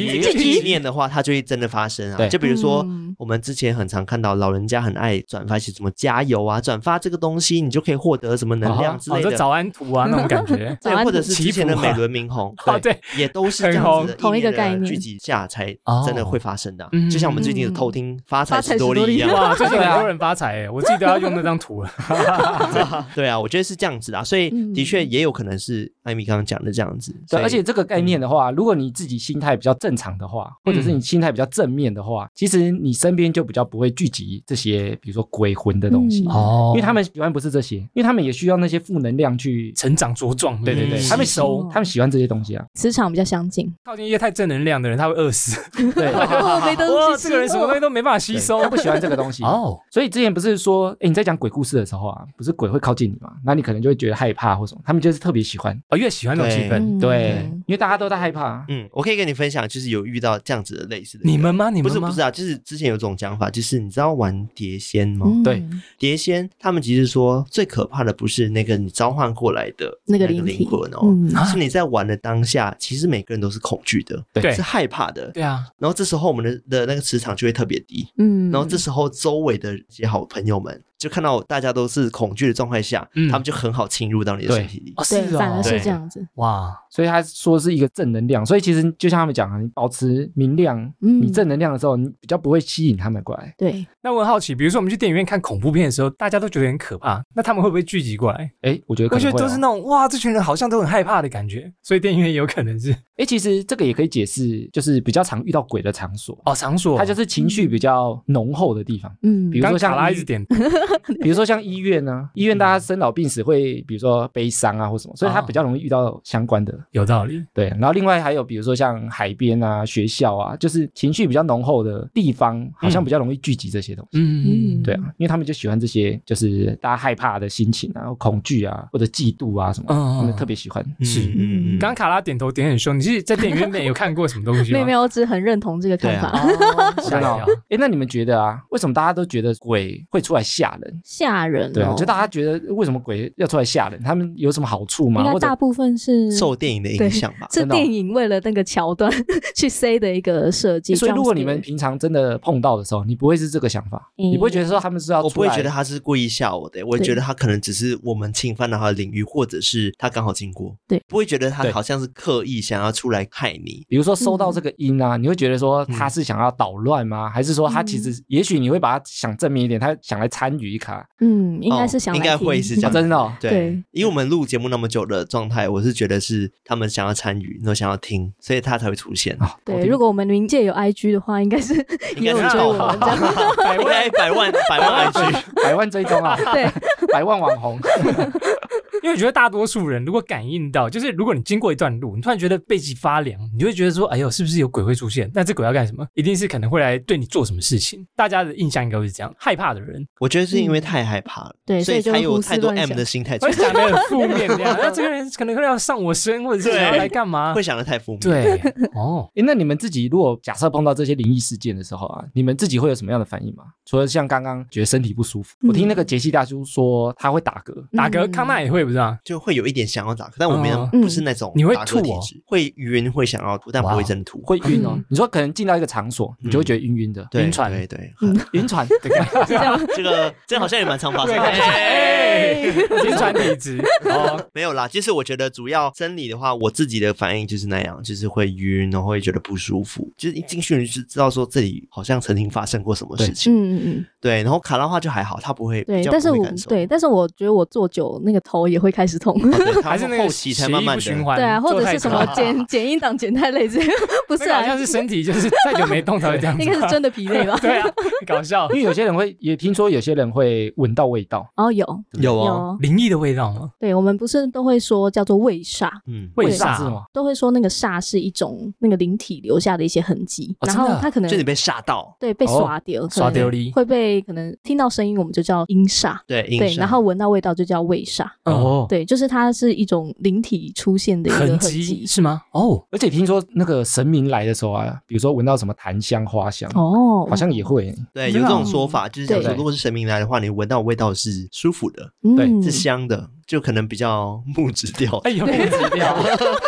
己念的话，它就会真的发生啊。就比如说我们之前很常看到老人家很爱转发一些什么加油啊，转发这个东西你就可以获得什么能量之类的， 早安图啊那种感觉。 对，或者是之前的美轮明宏，对，也都是这样子的同一个概念聚集下才真的会发生的。就像我们最近的偷听发财史多利一样， 哇，最近很多人发财我记得要用那张图了。 对啊，我觉得是这样子啊，所以的确也有可能是艾米刚刚讲的这样子。 对，而且这个概念的话，如果你自己心态比较正常的话，或者是你心态比较正面的话，其实你身边就比较不会聚集这些比如说鬼魂的东西。因为他们喜欢不是这些，因为他们也需要那些负能量去成长茁壮。 对对对，他们喜欢这些东西啊， 磁场比较相近。 靠近一些太正能量的人，他会饿死。 对， 没东西， 这个人什么东西都没办法吸收， 他不喜欢这个东西。所以之前不是说，你在讲鬼故事的时候啊，不是鬼会靠近你嘛，那你可能就会觉得害怕或什么，他们就是特别喜欢， 越喜欢这种气氛。 对，因为大家都在害怕。 我可以跟你分享，就是有遇到这样子的类似的。 你们吗？ 不是啊，就是之前有种讲法，就是你知道玩碟仙吗？ 对， 碟仙他们其实说最可怕的不是那个你召唤过来的那个灵魂哦，是你在玩的当下，其实每个人都是恐惧的， 对， 是害怕的， 对啊。 然后这时候我们的那个磁场就会特别低，然后这时候周围的一些好朋友们就看到大家都是恐惧的状态下，他们就很好侵入到你的身体里。 对，反而是这样子。 哇， 所以他说是一个正能量，所以其实就像他们讲啊，你保持明亮，你正能量的时候，你比较不会吸引他们过来。 对。 那我很好奇，比如说我们去电影院看恐怖片的时候，大家都觉得很可怕，那他们会不会聚集过来？ 我觉得可能会。 我觉得都是那种哇，这群人好像都很害怕的感觉，所以电影院也有可能是。 其实这个也可以解释，就是比较常遇到鬼的场所。 场所， 它就是情绪比较浓厚的地方。比如说像卡拉一直点， 比如说像医院呢，医院大家生老病死会，比如说悲伤啊或什么，所以它比较容易遇到相关的。 有道理。 对，然后另外还有比如说像海边啊、学校啊，就是情绪比较浓厚的地方，好像比较容易聚集这些东西。对啊，因为他们就喜欢这些，就是大家害怕的心情啊、恐惧啊或者嫉妒啊什么，他们特别喜欢。 是，刚刚卡拉点头点很凶，你是在电影院内有看过什么东西吗？ 没有，我只是很认同这个看法。 真的。那你们觉得啊，为什么大家都觉得鬼会出来吓人？ 吓人？ 对啊，就大家觉得为什么鬼要出来吓人？他们有什么好处吗？ 应该大部分是受电影的影响吧。 是电影为了那个桥段去塞的一个设计。 所以如果你们平常真的碰到的时候，你不会是这个想法，你不会觉得说他们是要出来。 我不会觉得他是故意吓我的，我会觉得他可能只是我们侵犯了他的领域，或者是他刚好经过。 对， 不会觉得他好像是刻意想要出来害你。 比如说收到这个音啊，你会觉得说他是想要捣乱吗？还是说他其实也许你会把他想正面一点，他想来参与一卡？ 应该是想来应该会是这样。 真的。 对，因为我们录节目那么久的状态，我是觉得是他们想要参与，然后想要听，所以他才会出现。 对，如果我们冥界有 IG 的话，应该是有人追我们这样。 百万 IG， 百万追踪啊！ 对， 百万网红。 因为我觉得大多数人如果感应到，就是如果你经过一段路，你突然觉得背脊发凉，你就会觉得说，哎呦，是不是有鬼会出现？那这鬼要干什么？一定是可能会来对你做什么事情。大家的印象应该会是这样，害怕的人， 我觉得是因为太害怕了， 对， 所以才有太多 M 的心态出现， 会想得很负面这样。那这个人可能会要上我身，或者是想要来干嘛？ 会想得太负面。 对， 那你们自己如果假设碰到这些灵异事件的时候啊，你们自己会有什么样的反应吗？除了像刚刚觉得身体不舒服，我听那个杰西大叔说他会打嗝， 康纳也会不是吗？ 就会有一点想要打嗝，但我们不是那种你会吐哦， 会晕，会想要吐，但不会真的吐， 会晕哦。你说可能进到一个场所，你就会觉得晕晕的， 晕船， 对， 晕船， 这好像也蛮常发生的， 晕船体质。 没有啦，其实我觉得主要生理的话，我自己的反应就是那样，就是会晕，然后会觉得不舒服，就是一进去你就知道说这里好像曾经发生过什么事情。对，然后卡拉话就还好，他不会， 对，但是我觉得我坐久那个头也会开始痛， 还是那个后期才慢慢的循环， 对啊，或者是什么剪音档剪太累这样，不是好像是身体就是太久没动才会这样子， 应该是真的疲累吧？ 对啊，搞笑， 因为有些人会也听说有些人会闻到味道， 有哦， 灵异的味道吗？ 对，我们不是都会说叫做味煞， 味煞是吗？ 都会说那个煞是一种那个灵体留下的一些痕迹，然后他可能就你被煞到， 对，被刷掉，会被可能听到声音我们就叫阴煞， 对， 然后闻到味道就叫味煞，对，就是它是一种灵体出现的一个痕迹， 是吗？ 而且听说那个神明来的时候啊，比如说闻到什么檀香、花香，好像也会， 对，有这种说法，就是讲说如果是神明来的话，你闻到味道是舒服的，对，是香的。就可能比较木质调， 有木质调，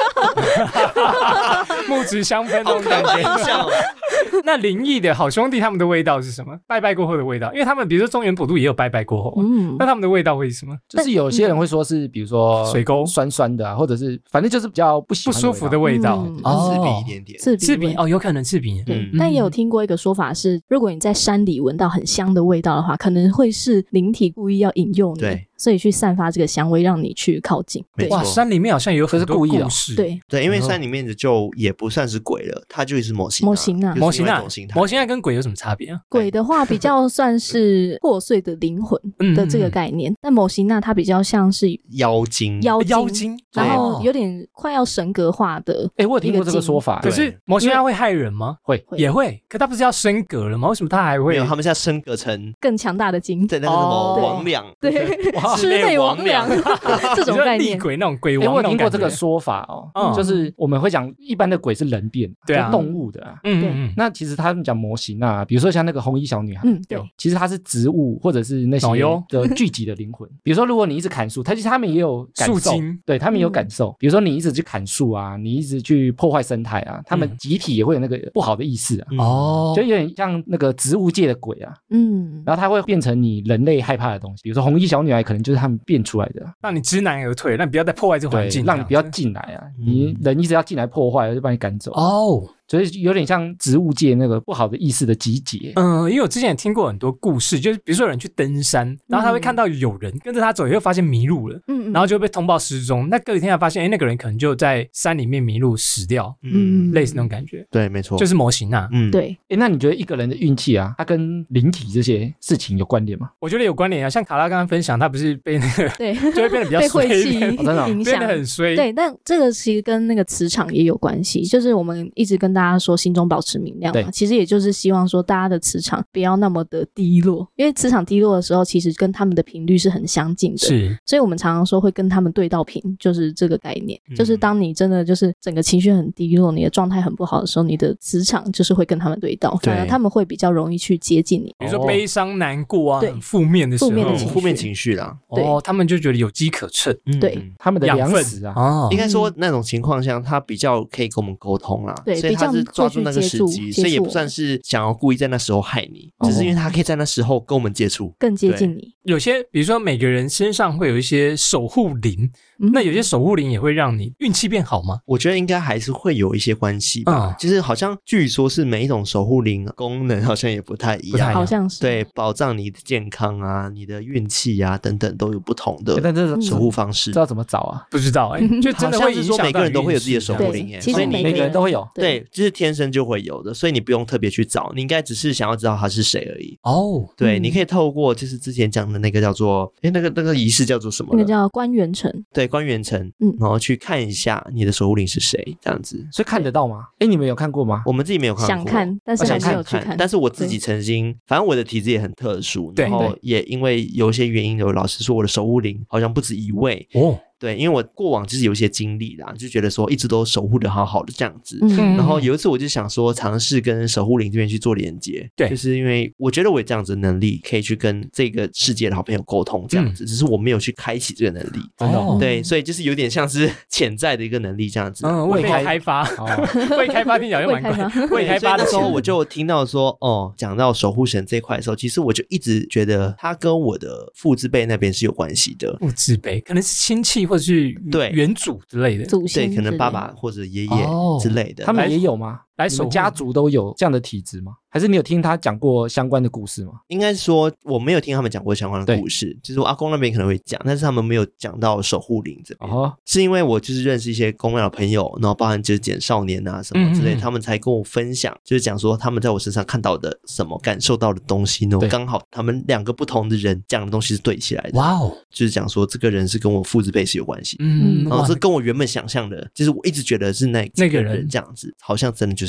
木质香氛那种感觉。那灵异的好兄弟他们的味道是什么？拜拜过后的味道，因为他们比如说中元普渡也有拜拜过后，那他们的味道会是什么？ 就是有些人会说是比如说水沟酸酸的啊，或者是反正就是比较不舒服的味道， 刺鼻一点点， 刺鼻哦，有可能刺鼻。 对，但也有听过一个说法是，如果你在山里闻到很香的味道的话，可能会是灵体故意要引诱你， 对， 所以去散发这个香味让你去靠近。 哇，山里面好像有很多故事。 对对，因为山里面的就也不算是鬼了，它就是模型啊。 模型啊跟鬼有什么差别啊？ 鬼的话比较算是破碎的灵魂的这个概念，但模型它比较像是妖精， 然后有点快要神格化的。 我有听过这个说法。 可是模型会害人吗？也会。可它不是要升格了吗？为什么它还会？ 没有，他们现在升格成更强大的精， 对，那个什么魍魉， 对，魑魅魍魉这种概念。 厉鬼那种鬼王。 我有听过这个说法哦，就是我们会讲一般的鬼是人变，对啊，动物的。那其实他们讲模型啊，比如说像那个红衣小女孩， 对， 其实它是植物或者是那些的聚集的灵魂。比如说，如果你一直砍树，其实他们也有感受，对他们有感受。比如说你一直去砍树啊，你一直去破坏生态啊，他们集体也会有那个不好的意识啊。就有点像那个植物界的鬼啊。然后它会变成你人类害怕的东西。比如说红衣小女孩可能就是他们变出来的， 让你知难而退，让你不要再破坏这个环境， 让你不要进来啊。你人一直要进来破坏，就把你赶走。所以有点像植物界那个不好的意识的集结。 因为我之前也听过很多故事，就是比如说有人去登山，然后他会看到有人跟着他走，也会发现迷路了，然后就被通报失踪。那隔天才发现，那个人可能就在山里面迷路死掉，类似那种感觉。 对，没错， 就是模型啊。 对。 那你觉得一个人的运气啊，它跟灵体这些事情有关联吗？ 我觉得有关联啊。像卡拉刚刚分享，他不是被那个对， 就会变得比较衰， 被晦气影响， 变得很衰。 对，但这个其实跟那个磁场也有关系，就是我们一直跟大家说心中保持明亮嘛，其实也就是希望说大家的磁场不要那么的低落，因为磁场低落的时候，其实跟他们的频率是很相近的， 是， 所以我们常常说会跟他们对到频，就是这个概念，就是当你真的就是整个情绪很低落，你的状态很不好的时候，你的磁场就是会跟他们对到，反而他们会比较容易去接近你。 比如说悲伤、难过啊，很负面的时候， 负面情绪啦， 他们就觉得有机可乘， 对， 他们的粮食啊， 应该说那种情况下，他比较可以跟我们沟通啦， 对， 所以他是抓住那个时机，所以也不算是想要故意在那时候害你，只是因为他可以在那时候跟我们接触， 更接近你。 有些比如说每个人身上会有一些守护灵，那有些守护灵也会让你运气变好吗？ 我觉得应该还是会有一些关系吧，就是好像据说是每一种守护灵功能好像也不太一样， 好像是对，保障你的健康啊、你的运气啊等等都有不同的守护方式。 知道怎么找啊？ 不知道就真的会影响到说每个人都会有自己的守护灵其实每个人都会有， 对，就是天生就会有的，所以你不用特别去找，你应该只是想要知道他是谁而已。对，你可以透过就是之前讲的那个叫做那个仪式叫做什么？ 那个叫关元城。 对，关元城，然后去看一下你的守护灵是谁，这样子。 所以看得到吗？你们有看过吗？ 我们自己没有看过， 想看，但是还没有去看。 但是我自己曾经，反正我的体质也很特殊，然后也因为有一些原因，有老师说我的守护灵好像不止一位对，因为我过往就是有一些经历啦，就觉得说一直都守护的好好的这样子，然后有一次我就想说尝试跟守护灵这边去做连接，对，就是因为我觉得我有这样子的能力可以去跟这个世界的好朋友沟通这样子，只是我没有去开启这个能力，对，所以就是有点像是潜在的一个能力这样子， 未开发，未开发听起来就蛮怪，未开发的时候我就听到说讲到守护神这块的时候，其实我就一直觉得他跟我的父之辈那边是有关系的， 父之辈可能是亲戚或者是原祖之类的， 对，可能爸爸或者爷爷之类的， 他们也有吗？你们家族都有这样的体质吗？还是你有听他讲过相关的故事吗？ 应该说我没有听他们讲过相关的故事，就是我阿公那边可能会讲，但是他们没有讲到守护灵这边，是因为我就是认识一些公庙的朋友，然后包含就是简少年啊什么之类，他们才跟我分享，就是讲说他们在我身上看到的什么感受到的东西呢，刚好他们两个不同的人讲的东西是对起来的，就是讲说这个人是跟我父之辈是有关系，然后是跟我原本想象的，就是我一直觉得是那个人这样子，好像真的就是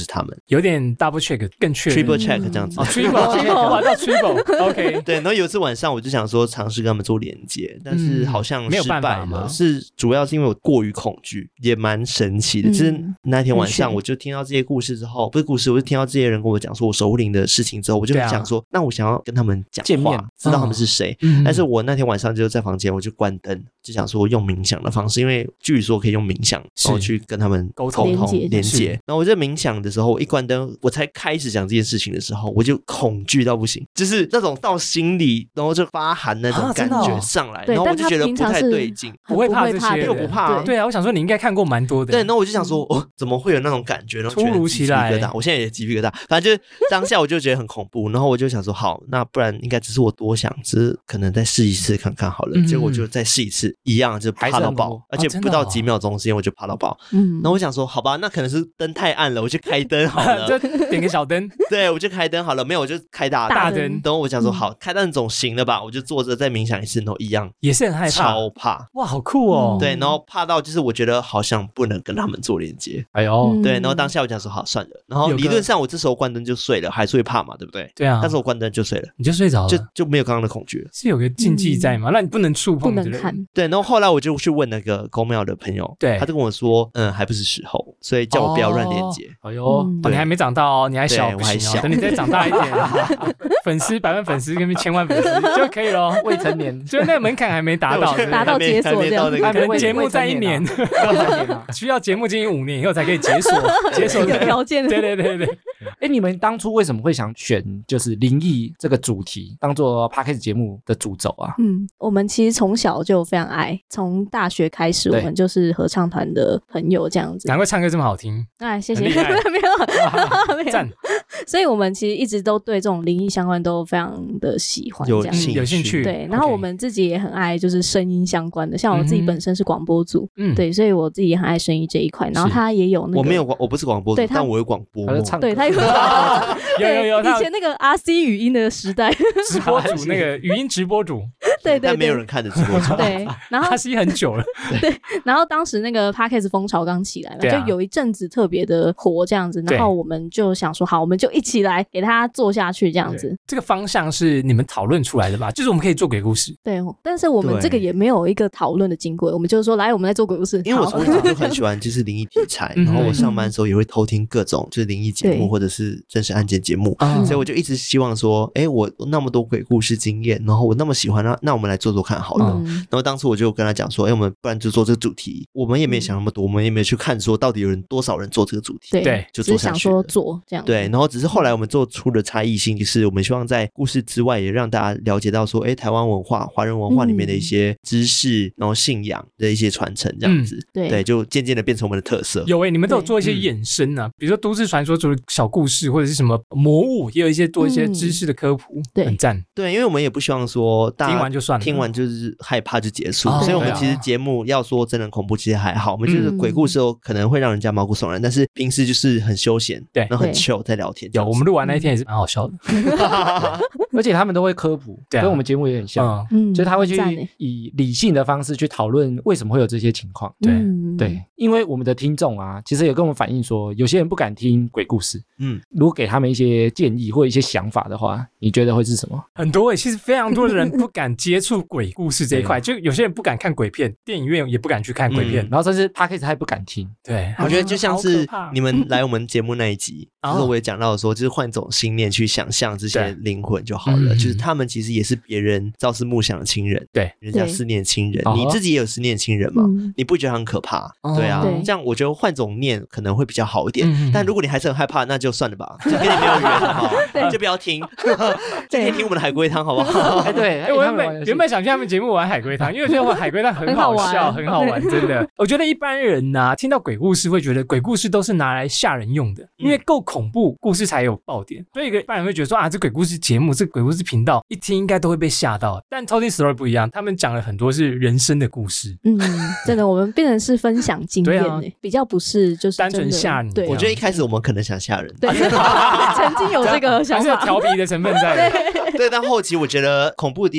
就是他们， 有点 double check 更确认 triple check 这样子。 triple 玩到 triple OK 对，然后有一次晚上我就想说尝试跟他们做连接，但是好像失败了，主要是因为我过于恐惧，也蛮神奇的。就是那天晚上我就听到这些故事之后，不是故事，我就听到这些人跟我讲说我守护灵的事情之后，我就想说，那我想要跟他们讲话，知道他们是谁。但是我那天晚上就在房间，我就关灯，就想说用冥想的方式，因为据说可以用冥想，然后去跟他们沟通连接。然后我在冥想的时候，我一关灯，我才开始讲这件事情的时候，我就恐惧到不行，就是那种到心里，然后就发寒那种感觉上来，然后我就觉得不太对劲， 不会怕这些， 因为我不怕。 对啊，我想说你应该看过蛮多的。 对，然后我就想说，怎么会有那种感觉？然后突如其来， 我现在也鸡皮疙瘩。反正就当下我就觉得很恐怖，然后我就想说，好，那不然应该只是我多想，只是可能再试一次看看好了。结果我就再试一次，一样就怕到爆，而且不到几秒钟时间我就怕到爆。然后我想说，好吧，那可能是灯太暗了，我就开灯好了， 就点个小灯。 对，我就开灯好了，没有我就开大灯。然后我想说，好，开灯总行了吧？我就坐着再冥想一次，然后一样也是很害怕， 超怕。 哇，好酷哦。 对，然后怕到就是我觉得好像不能跟他们做连接。 哎呦， 对，然后当下我讲说好算了，然后理论上我这时候关灯就睡了，还是会怕嘛，对不对？ 对啊， 但是我关灯就睡了， 你就睡着了， 就没有刚刚的恐惧了。 是有个禁忌在吗？那你不能触碰， 不能看。 对，然后后来我就去问那个公庙的朋友，对，他就跟我说，还不是时候，所以叫我不要乱连接。 哎呦，你还没长大哦，你还小， 我还小， 等你再长大一点，粉丝100万粉丝跟1000万粉丝就可以了， 未成年， 就那个门槛还没达到， 达到解锁这样， 节目在1年，需要节目经营5年以后才可以解锁有条件。 对。 哎，你们当初为什么会想选就是灵异这个主题当做 Podcast 节目的主轴啊？ 我们其实从小就非常爱，从大学开始我们就是合唱团的朋友这样子。 难怪唱歌这么好听。 哎，谢谢。没有赞。 所以我们其实一直都对这种灵异相关都非常的喜欢， 有兴趣。 对，然后我们自己也很爱就是声音相关的，像我自己本身是广播组，对，所以我自己也很爱声音这一块。然后他也有那个， 我不是广播组，但我有广播梦。 对，他有以前那个 RC 语音的时代， 直播主那个语音直播主， 对， 但没有人看的直播主。 对，然后他是很久了， 对，然后当时那个 Podcast 风潮刚起来嘛，就有一阵子特别的火这样子，然后我们就想说，好，我们就一起来给他做下去这样子。 这个方向是你们讨论出来的吧？就是我们可以做鬼故事， 对，但是我们这个也没有一个讨论的经过，我们就是说，来，我们来做鬼故事。 因为我从小就很喜欢就是灵异题材，然后我上班的时候也会偷听各种就是灵异节目或者是真实案件节目，所以我就一直希望说，我那么多鬼故事经验，然后我那么喜欢，那我们来做做看好了。然后当时我就跟他讲说，我们不然就做这个主题。我们也没想那么多，我们也没有去看说到底有多少人做这个主题， 对， 就做下去了。 只是想说做这样。 对，然后只是后来我们做出的差异性，就是我们希望在故事之外，也让大家了解到说，台湾文化、华人文化里面的一些知识，然后信仰的一些传承，这样子。对，就渐渐的变成我们的特色。 有你们都有做一些衍生啊，比如说都市传说做小故事，或者是什么魔物，也有一些做一些知识的科普，很赞。 对，因为我们也不希望说大家听完就算了， 听完就是害怕就结束，所以我们其实节目要说真人恐怖其实还好，我们就是鬼故事可能会让人家毛骨悚然，但是平时就是很休闲，对，然后很 chill 在聊天。 有，我们录完那一天也是蛮好笑的， 而且他们都会科普，跟我们节目也很像，就是他会去以理性的方式去讨论为什么会有这些情况。对，因为我们的听众啊，其实有跟我们反映说，有些人不敢听鬼故事，如果给他们一些建议或一些想法的话，你觉得会是什么？ 很多其实非常多的人不敢接触鬼故事这一块，就有些人不敢看鬼片，电影院也不敢去看鬼片， 然后甚至 Podcast 还不敢听。 对， 我觉得就像是你们来我们节目那一集，就是我也讲到说，就是换一种心念去想象这些灵魂就好了，就是他们其实也是别人朝思暮想的亲人，对，人家思念亲人，你自己也有思念亲人嘛，你不觉得很可怕？对啊，这样我觉得换种念可能会比较好一点，但如果你还是很害怕，那就算了吧，就跟你没有缘了哈，就不要听，就可以听我们的海龟汤好不好？ 对，我原本想去他们节目玩海龟汤，因为我觉得玩海龟汤很好笑，很好玩，真的。我觉得一般人啊，听到鬼故事会觉得鬼故事都是拿来吓人用的，因为够恐怖，故事才有爆点。所以一般人会觉得说啊，这鬼故事节目，这鬼故事频道，一听应该都会被吓到。但偷听 story 不一样，他们讲了很多是人生的故事。 真的，我们变成是分享经验，比较不是就是单纯吓你。 对，我觉得一开始我们可能想吓人， 对，曾经有这个想法， 还是有调皮的成分在。 对，但后期我觉得恐怖的地方还是要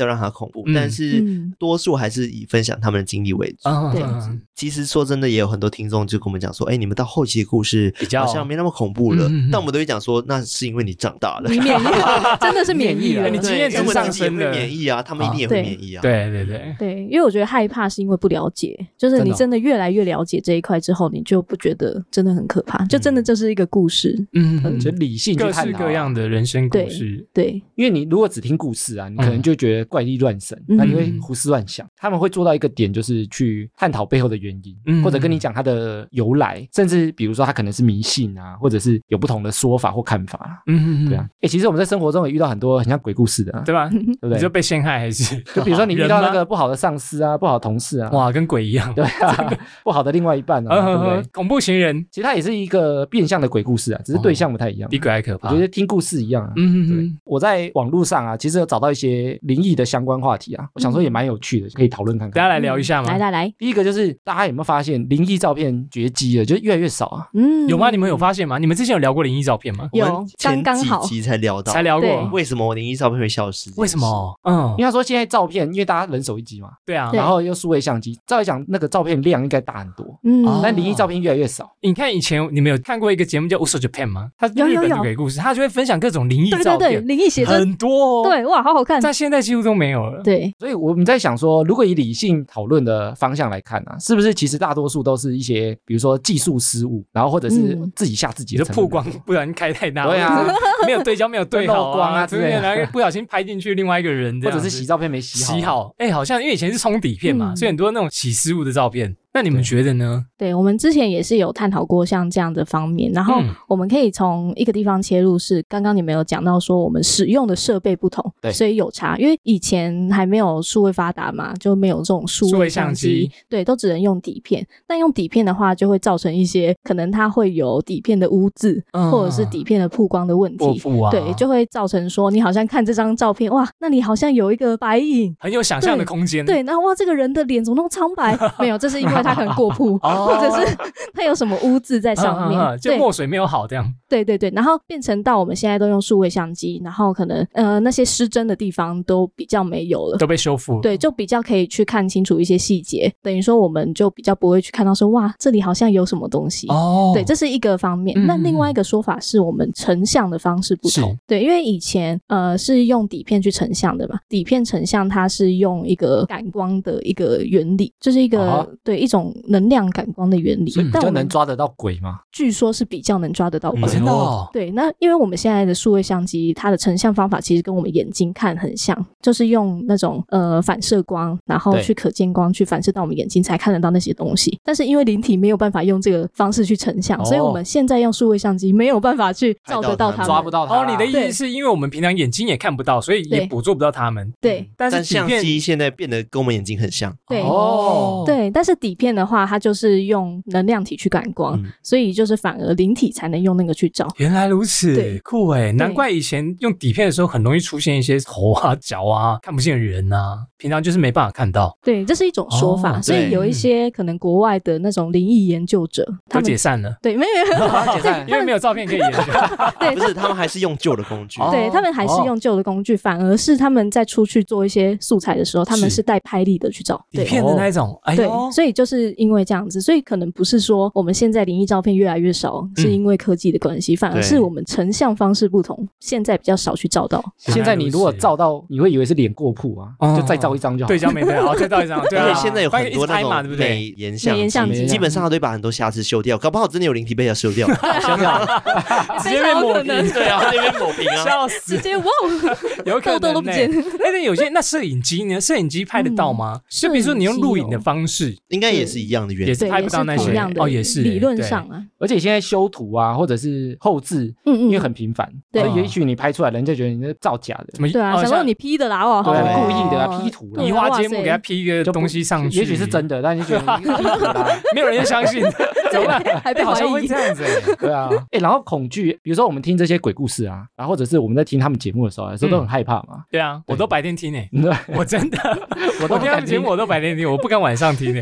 让它恐怖，但是多数还是以分享他们的经历为主。 对， 其实说真的，也有很多听众就跟我们讲说，你们到后期的故事好像没那么恐怖了，但我们都会讲说，那是因为你长大了， 你免疫了，真的是免疫了， 你经验值上升了， 免疫啊，他们一定也会免疫啊。 对，因为我觉得害怕是因为不了解，就是你真的越来越了解这一块之后，你就不觉得真的很可怕，就真的就是一个故事， 就理性去探讨各式各样的人生故事。 对， 因为你如果只听故事啊，你可能就觉得怪力乱神，那你会胡思乱想。他们会做到一个点，就是去探讨背后的原因，或者跟你讲它的由来，甚至比如说它可能是迷信啊，或者是有不同的说法或看法。对啊，其实我们在生活中也遇到很多很像鬼故事的， 对吧？ 对不对？ 你就被陷害还是？ 就比如说你遇到那个不好的上司啊，不好的同事啊， 哇，跟鬼一样。 对啊，不好的另外一半啊，对不对？ 恐怖情人， 其实它也是一个变相的鬼故事啊，只是对象不太一样， 比鬼还可怕。 我觉得听故事一样啊。对，我在网络上啊，其实有找到一些灵异的相关话题啊，我想说也蛮有趣的，可以讨论看看。 大家来聊一下吗？ 来。 第一个就是大家有没有发现灵异照片绝迹了，就越来越少啊？ 有吗？你们有发现吗？你们之前有聊过灵异照片吗？ 有，刚刚好前几集才聊过。 为什么灵异照片会消失？ 为什么？ 因为他说现在照片，因为大家人手一机嘛， 对啊， 然后又数位相机，照理讲那个照片量应该大很多，但灵异照片越来越少。 你看以前你们有看过一个节目叫《Uso Japan》吗？它日本的鬼故事，他就会分享各种灵异照片， 对，灵异写真很多， 对，哇，好好看。 但现在几乎都没有了。 对， 所以我们在想说，如果以理性讨论的方向来看啊，是不是其实大多数都是一些比如说技术失误，然后或者是自己吓自己的曝光，不然开太大， 对啊， 没有对焦，没有对好光啊之类的， 然后不小心拍进去另外一个人， 或者是洗照片没洗好， 好像因为以前是冲底片嘛，所以很多那种洗失误的照片。那你们觉得呢？ 对，我们之前也是有探讨过像这样的方面，然后我们可以从一个地方切入，是刚刚你们有讲到说我们使用的设备不同，所以有差。因为以前还没有数位发达嘛，就没有这种数位相机，对，都只能用底片。但用底片的话，就会造成一些可能它会有底片的污渍，或者是底片的曝光的问题，对，就会造成说你好像看这张照片，哇，那里好像有一个白影， 很有想象的空间。 对，然后哇，这个人的脸怎么那么苍白？没有，这是因为他可能过曝，或者是他有什么污渍在上面， 就墨水没有好这样。 对，然后变成到我们现在都用数位相机，然后可能那些失真的地方都比较没有了， 都被修复了。 对，就比较可以去看清楚一些细节，等于说我们就比较不会去看到说哇，这里好像有什么东西。对，这是一个方面。那另外一个说法是我们成像的方式不同。对，因为以前是用底片去成像的嘛，底片成像它是用一个感光的一个原理，就是一个对一种能量感光的原理， 所以比较能抓得到鬼吗？ 据说是比较能抓得到鬼。 真的哦。 对，那因为我们现在的数位相机，它的成像方法其实跟我们眼睛看很像，就是用那种反射光，然后去可见光去反射到我们眼睛才看得到那些东西。但是因为灵体没有办法用这个方式去成像，所以我们现在用数位相机没有办法去照得到它们， 抓不到它。 你的意思是因为我们平常眼睛也看不到，所以也捕捉不到它们。 对， 但相机现在变得跟我们眼睛很像。 对，对，但是底片的话，它就是用能量体去感光，所以就是反而灵体才能用那个去照。 原来如此，酷耶！难怪以前用底片的时候很容易出现一些头啊、脚啊看不见的人啊，平常就是没办法看到。 对，这是一种说法，所以有一些可能国外的那种灵异研究者， 他们解散了。 对，没有解散， 因为没有照片可以研究。 对， 不是，他们还是用旧的工具。 对，他们还是用旧的工具，反而是他们在出去做一些素材的时候，他们是带拍立得去照底片的那一种。 对，所以就是因为这样子，所以可能不是说我们现在灵异照片越来越少，是因为科技的关系，反而是我们成像方式不同，现在比较少去照到。 现在你如果照到，你会以为是脸过曝啊，就再照一张就好。 对焦没对好，再照一张。对， 而且现在有很多那种美颜相机，基本上都会把很多瑕疵修掉，搞不好真的有灵体被它修掉， 直接被抹平。 对啊，那边抹平啊， 笑死， 直接哇， 有可能痘痘都不见。 那有些那摄影机呢？摄影机拍得到吗？就比如说你用录影的方式， 应该也是一样的原理， 也是拍不到那些也是理论上啊。 而且现在修图啊，或者是后置，因为很频繁，所以也许你拍出来，人家觉得你是造假的。 对啊，想说你 P 的啦，哇， 对，故意的啊，P 图啦， 移花接木给他 P 一个东西上去， 也许是真的，但你觉得没有人相信，怎么办？ 还被好像会这样子， 对啊。然后恐惧，比如说我们听这些鬼故事啊，然后或者是我们在听他们节目的时候，有时候都很害怕嘛。 对啊，我都白天听我真的，我听他们节目我都白天听，我不敢晚上听。 就是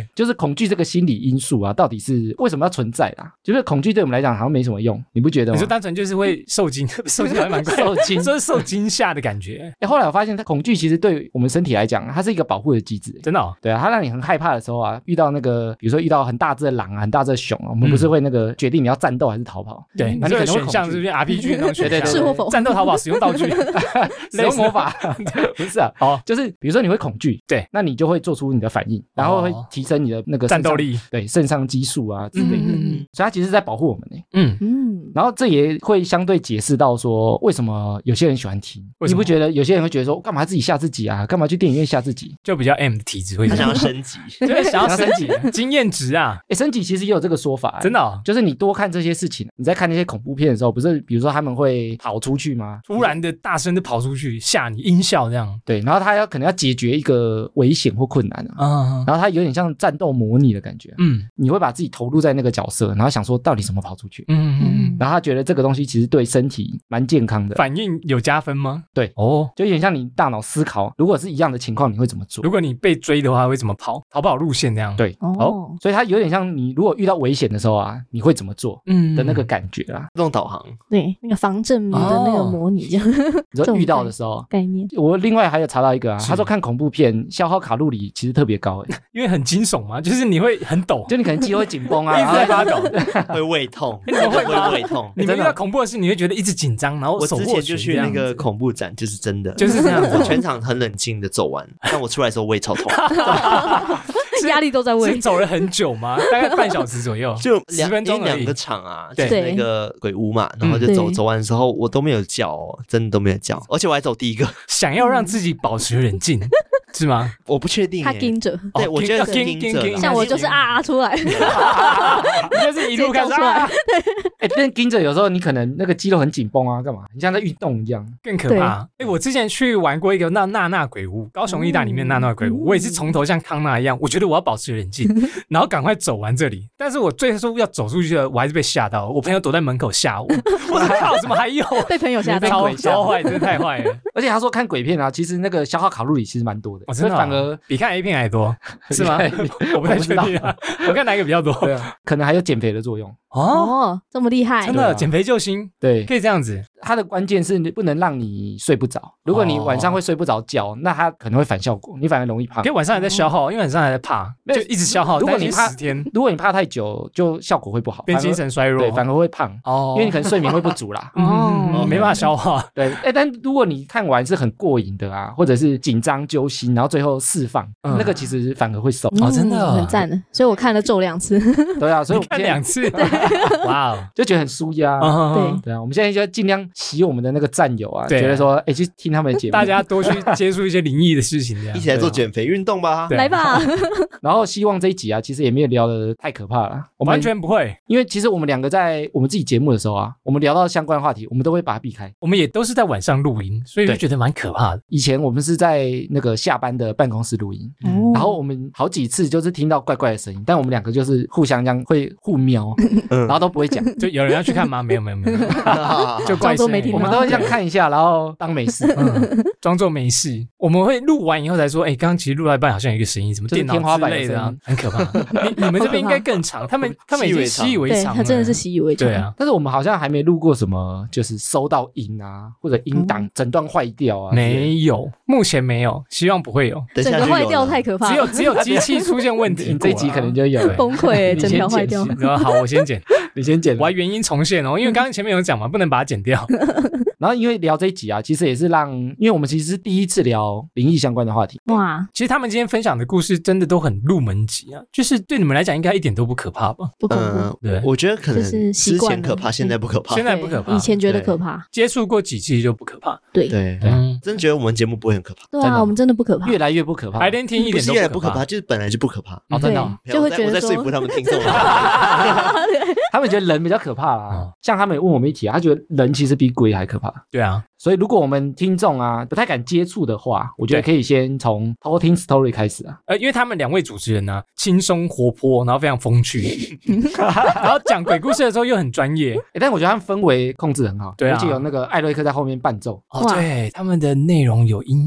恐惧这个心理因素啊，到底是为什么要存在啊？就是恐惧对我们来讲好像没什么用，你不觉得吗？ 你说单纯就是会受惊，受惊还蛮怪，就是受惊吓的感觉。 后来我发现，它恐惧其实对我们身体来讲，它是一个保护的机制。 真的？ 对啊，它让你很害怕的时候啊，遇到那个比如说遇到很大只的狼啊、很大只的熊啊，我们不是会那个决定你要战斗还是逃跑？ 对，那你可能会选项是不是 RPG 那种选项？ 是或否？ 战斗、逃跑、使用道具、 使用魔法，不是啊？就是比如说你会恐惧， 对， 那你就会做出你的反应，然后会提升你的那个战斗力， 对，肾上激素啊之类的。所以它其实是在保护我们然后这也会相对解释到说，为什么有些人喜欢听？你不觉得有些人会觉得说，干嘛自己吓自己啊？干嘛去电影院吓自己？ 就比较 M 的体质会， 他想要升级， 对，想要升级经验值啊。 升级其实也有这个说法， 真的， 就是你多看这些事情，你在看那些恐怖片的时候，不是比如说他们会跑出去吗？ 突然的大声的跑出去吓你，音效这样。 对，然后他可能要解决一个危险或困难啊，然后他有点像战斗模拟的感觉，你会把自己投入在那个角色，然后想说到底怎么跑出去，然后他觉得这个东西其实对身体蛮健康的， 反应有加分吗？ 对，就有点像你大脑思考，如果是一样的情况，你会怎么做？ 如果你被追的话，会怎么跑？逃跑路线这样。 对，所以它有点像你如果遇到危险的时候啊，你会怎么做？的那个感觉啊， 自动导航， 对，那个防震的那个模拟这样。 你说遇到的时候概念， 我另外还有查到一个啊，他说看恐怖片消耗卡路里其实特别高， 因为很惊悚嘛，就是你会很抖， 就你可能肌肉会紧绷啊， 一直在发抖， 会胃痛， 你们会胃痛。 你们遇到恐怖的事，你会觉得一直紧张，然后手握拳。 我之前就去那个恐怖展，就是真的， 就是这样子， 全场很冷静的走完，但我出来的时候胃超痛。 压力都在胃。 是走了很久吗？大概半小时左右， 就 10分钟而已。 2个场啊，就是那个鬼屋嘛，然后就走完的时候，我都没有叫，真的都没有叫，而且我还走第一个。 想要让自己保持冷静，是吗？ 我不确定。 他盯着， 对，我觉得盯着。 像我就是出来， 你就是一路看出来。 但盯着有时候你可能那个肌肉很紧绷啊，干嘛？你像在运动一样， 更可怕。我之前去玩过一个娜鬼屋，高雄艺大里面娜鬼屋，我也是从头像康纳一样，我觉得我要保持冷静，然后赶快走完这里。但是我最后要走出去了，我还是被吓到，我朋友躲在门口吓我，我说靠，怎么还有？ 被朋友吓到， 超坏，真的太坏了。 而且他说看鬼片啊，其实那个消耗卡路里其实蛮多的， 真的反而比看 A 片还多，是吗？我不太确定啊，我看哪一个比较多？ 对啊，可能还有减肥的作用。 这么厉害， 真的减肥救星， 对， 可以这样子。 它的关键是不能让你睡不着，如果你晚上会睡不着觉，那它可能会反效果，你反而容易胖。 因为晚上还在消耗，因为晚上还在怕，就一直消耗。 如果你怕 10天， 如果你怕太久，就效果会不好， 变精神衰弱， 对，反而会胖。因为你可能睡眠会不足啦， 没办法消化。 对，但如果你看完是很过瘾的啊，或者是紧张揪心，然后最后释放，那个其实反而会瘦。 真的很赞的。所以我看了咒2次。 对啊，所以我看2次，哇哦， 就觉得很舒压。对啊，我们现在就尽量洗我们的那个战友啊，觉得说，去听他们的节目， 大家多去接触一些灵异的事情，这样一起来做减肥运动吧， 来吧。 然后希望这一集啊，其实也没有聊得太可怕了，我们完全不会， 因为其实我们2个在我们自己节目的时候啊，我们聊到相关的话题，我们都会把它避开。 我们也都是在晚上录音，所以就觉得蛮可怕的。 以前我们是在那个下班的办公室录音，然后我们好几次就是听到怪怪的声音，但我们2个就是互相这样会互瞄，然后都不会讲。 就有人要去看吗？没有，就装作没听到。 我们都会这样看一下，然后当没事， 装作没事。我们会录完以后才说，刚刚其实录到一半好像有一个声音，什么电脑之类的啊，很可怕。你们这边应该更长，他们已经习以为常了。 他真的是习以为常。 对啊， 但是我们好像还没录过什么，就是收到音啊，或者音档整段坏掉啊。 没有，目前没有，希望不会有。 整个坏掉太可怕了。 只有机器出现问题， 这一集可能就有崩溃，整条坏掉。 好，我先剪， 你先剪， 我还原因重现哦，因为刚刚前面有讲嘛，不能把它剪掉。 然后因为聊这一集啊，其实也是因为我们其实是第一次聊灵异相关的话题。 哇， 其实他们今天分享的故事真的都很入门级啊，就是对你们来讲应该一点都不可怕吧？ 不恐怖。 对， 我觉得可能之前可怕，现在不可怕。 现在不可怕， 以前觉得可怕， 接触过几期就不可怕。 对， 真觉得我们节目不会很可怕。 对啊，我们真的不可怕， 越来越不可怕。 白天听一点都越来不可怕，就是本来就不可怕。 真的， 就会觉得我在说服他们听众。 他们觉得人比较可怕啦。像他们也问我们一题，他觉得人其实比鬼还可怕。 对啊， 所以如果我们听众啊不太敢接触的话，我觉得可以先从偷听 story 开始啊。 因为他们2位主持人呢，轻松活泼，然后非常风趣，然后讲鬼故事的时候又很专业。 但我觉得他们氛围控制很好， 对啊， 而且有那个艾瑞克在后面伴奏。 对，他们的内容有音乐。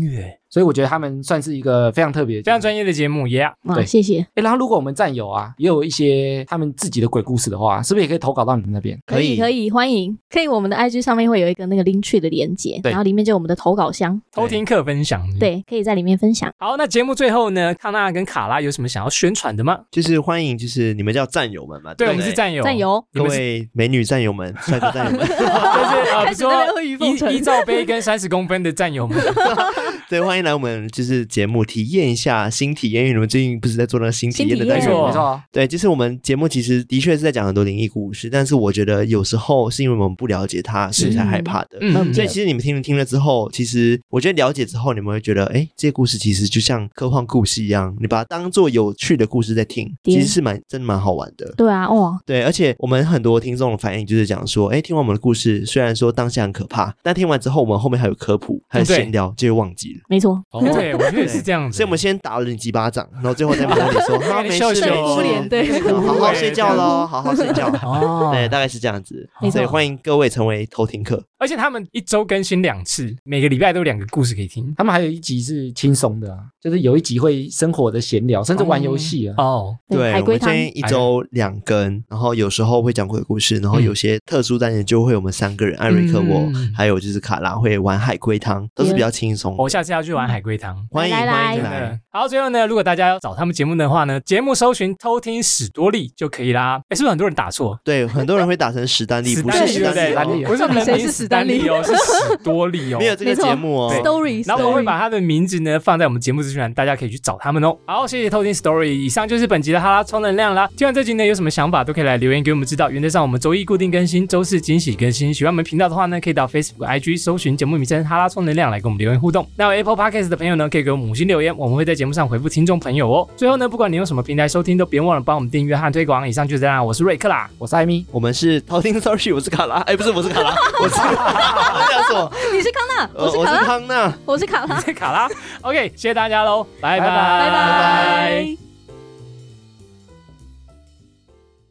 所以我觉得他们算是一个非常特别、 非常专业的节目，yeah。 对，谢谢。 然后如果我们战友啊，也有一些他们自己的鬼故事的话，是不是也可以投稿到你们那边？ 可以，欢迎。可以，我们的 IG 上面会有一个那个 Linktree 的连结，然后里面就有我们的投稿箱， 偷听客分享。 对，可以在里面分享。 好，那节目最后呢，康纳跟卡拉有什么想要宣传的吗？ 就是欢迎，就是你们叫战友们嘛。 对，我们是战友， 各位美女战友们、帅哥战友们， 就是说依照杯跟30公分的战友们。 对，欢迎来我们就是节目体验一下新体验，因为你们最近不是在做那个新体验的单元吗？ 没错。 对，就是我们节目其实的确是在讲很多灵异故事，但是我觉得有时候是因为我们不了解它，所以才害怕的。所以其实你们听了之后，其实我觉得了解之后，你们会觉得，哎，这些故事其实就像科幻故事一样，你把它当做有趣的故事在听，其实是真的蛮好玩的。 对啊，哇， 对，而且我们很多听众的反应就是讲说，哎，听完我们的故事，虽然说当下很可怕，但听完之后，我们后面还有科普，还有闲聊，就会忘记了。 没错， 对，我觉得是这样子。 所以我们先打了你几巴掌，然后最后再模拟说，好，没事， 对， 好好睡觉咯，好好睡觉。哦，对，大概是这样子。所以欢迎各位成为偷听客。 而且他们1周更新2次，每个礼拜都有2个故事可以听。 他们还有一集是轻松的啊，就是有一集会生活的闲聊，甚至玩游戏啊。 哦，对，我们今天1周2更，然后有时候会讲鬼故事，然后有些特殊单元就会我们3个人，艾瑞克我，还有就是卡拉会玩海龟汤，都是比较轻松。 我下次要去玩海龟汤， 欢迎来。 好，最后呢，如果大家要找他们节目的话呢，节目搜寻偷听史多利就可以啦。是不是很多人打错？ 对，很多人会打成史丹利，不是史丹利， 不是人名史丹利哦，是史多利哦， 没有这个节目哦。 Story， 然后我会把他的名字呢放在我们节目资讯栏，大家可以去找他们哦。好，谢谢偷听 Story， 以上就是本集的哈拉充能量啦。听完这集呢，有什么想法都可以来留言给我们知道。原则上我们周一固定更新，周四惊喜更新。喜欢我们频道的话呢，可以到 Facebook、IG 搜寻节目名称哈拉充能量来跟我们留言互动。那有 Apple Podcast 的朋友呢，可以给我们5星留言，我们会在节目上回复听众朋友哦。最后呢，不管你用什么平台收听，都别忘了帮我们订阅和推广。以上就是这样，我是瑞克啦， 我是艾米， 我们是偷听 Story， 我是卡拉，不是，我是卡拉，我是叫什么？ 你是康纳，我是康纳，我是卡拉， 你是卡拉。OK， 谢谢大家喽，拜拜。